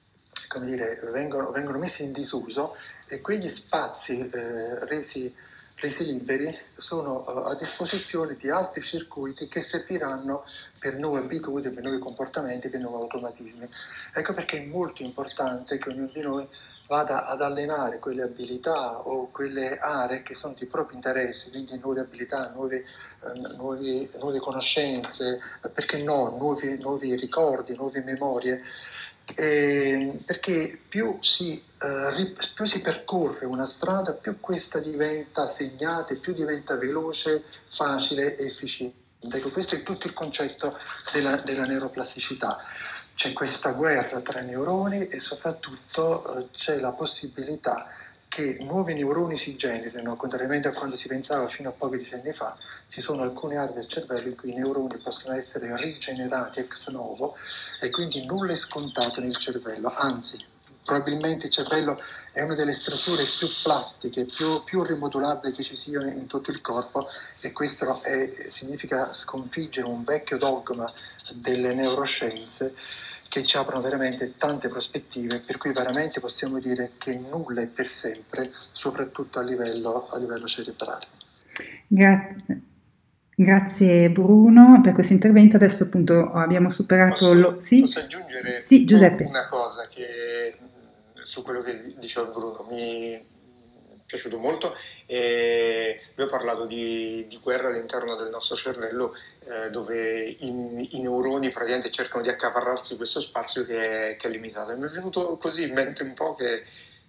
come dire, vengono, vengono messi in disuso e quegli spazi eh, resi resi liberi, sono a disposizione di altri circuiti che serviranno per nuove abitudini, per nuovi comportamenti, per nuovi automatismi. Ecco perché è molto importante che ognuno di noi vada ad allenare quelle abilità o quelle aree che sono di proprio interesse, quindi nuove abilità, nuove, eh, nuove, nuove conoscenze, perché no, nuovi, nuovi ricordi, nuove memorie. Eh, perché più si, eh, più si percorre una strada, più questa diventa segnata, più diventa veloce, facile e efficiente. Ecco, questo è tutto il concetto della, della neuroplasticità. C'è questa guerra tra neuroni e soprattutto eh, c'è la possibilità che nuovi neuroni si generino, contrariamente a quando si pensava fino a pochi decenni fa. Ci sono alcune aree del cervello in cui i neuroni possono essere rigenerati ex novo e quindi nulla è scontato nel cervello, anzi probabilmente il cervello è una delle strutture più plastiche, più, più rimodulabili che ci siano in tutto il corpo, e questo è, significa sconfiggere un vecchio dogma delle neuroscienze che ci aprono veramente tante prospettive, per cui veramente possiamo dire che nulla è per sempre, soprattutto a livello, a livello cerebrale. Grazie. Grazie Bruno per questo intervento. Adesso appunto abbiamo superato posso, lo... Sì? Posso aggiungere sì, Giuseppe. una cosa che, su quello che diceva Bruno, mi è piaciuto molto. E lui ha parlato di, di guerra all'interno del nostro cervello, eh, dove i, i neuroni praticamente cercano di accaparrarsi questo spazio che è, che è limitato. E mi è venuto così in mente un po' che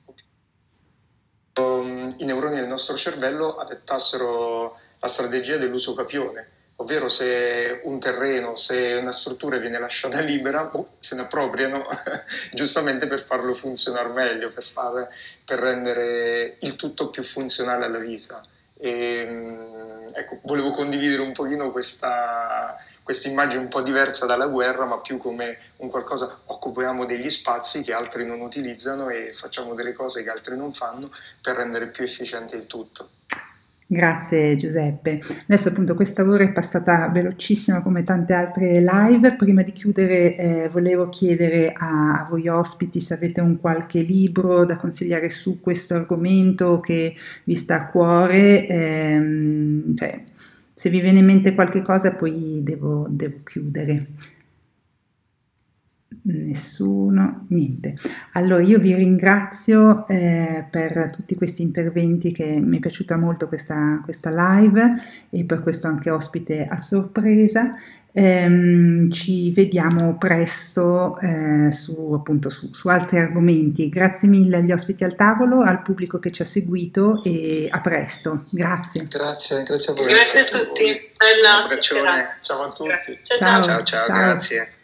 um, i neuroni del nostro cervello adottassero la strategia dell'uso capione, ovvero se un terreno, se una struttura viene lasciata libera, oh, se ne appropriano giustamente per farlo funzionare meglio, per, far, per rendere il tutto più funzionale alla vita. E, ecco, volevo condividere un pochino questa, questa immagine un po' diversa dalla guerra, ma più come un qualcosa, occupiamo degli spazi che altri non utilizzano e facciamo delle cose che altri non fanno per rendere più efficiente il tutto. Grazie Giuseppe. Adesso appunto questa ora è passata velocissima come tante altre live. Prima di chiudere eh, volevo chiedere a, a voi ospiti se avete un qualche libro da consigliare su questo argomento che vi sta a cuore, ehm, cioè, se vi viene in mente qualche cosa poi devo, devo chiudere. Nessuno, niente. Allora io vi ringrazio eh, per tutti questi interventi, che mi è piaciuta molto questa, questa live, e per questo anche ospite a sorpresa. Ehm, ci vediamo presto eh, su, appunto, su, su altri argomenti. Grazie mille agli ospiti al tavolo, al pubblico che ci ha seguito, e a presto. Grazie. Grazie, grazie a voi. Grazie a tutti. Bella. Ciao a tutti. Ciao, ciao, ciao. Ciao, ciao, grazie.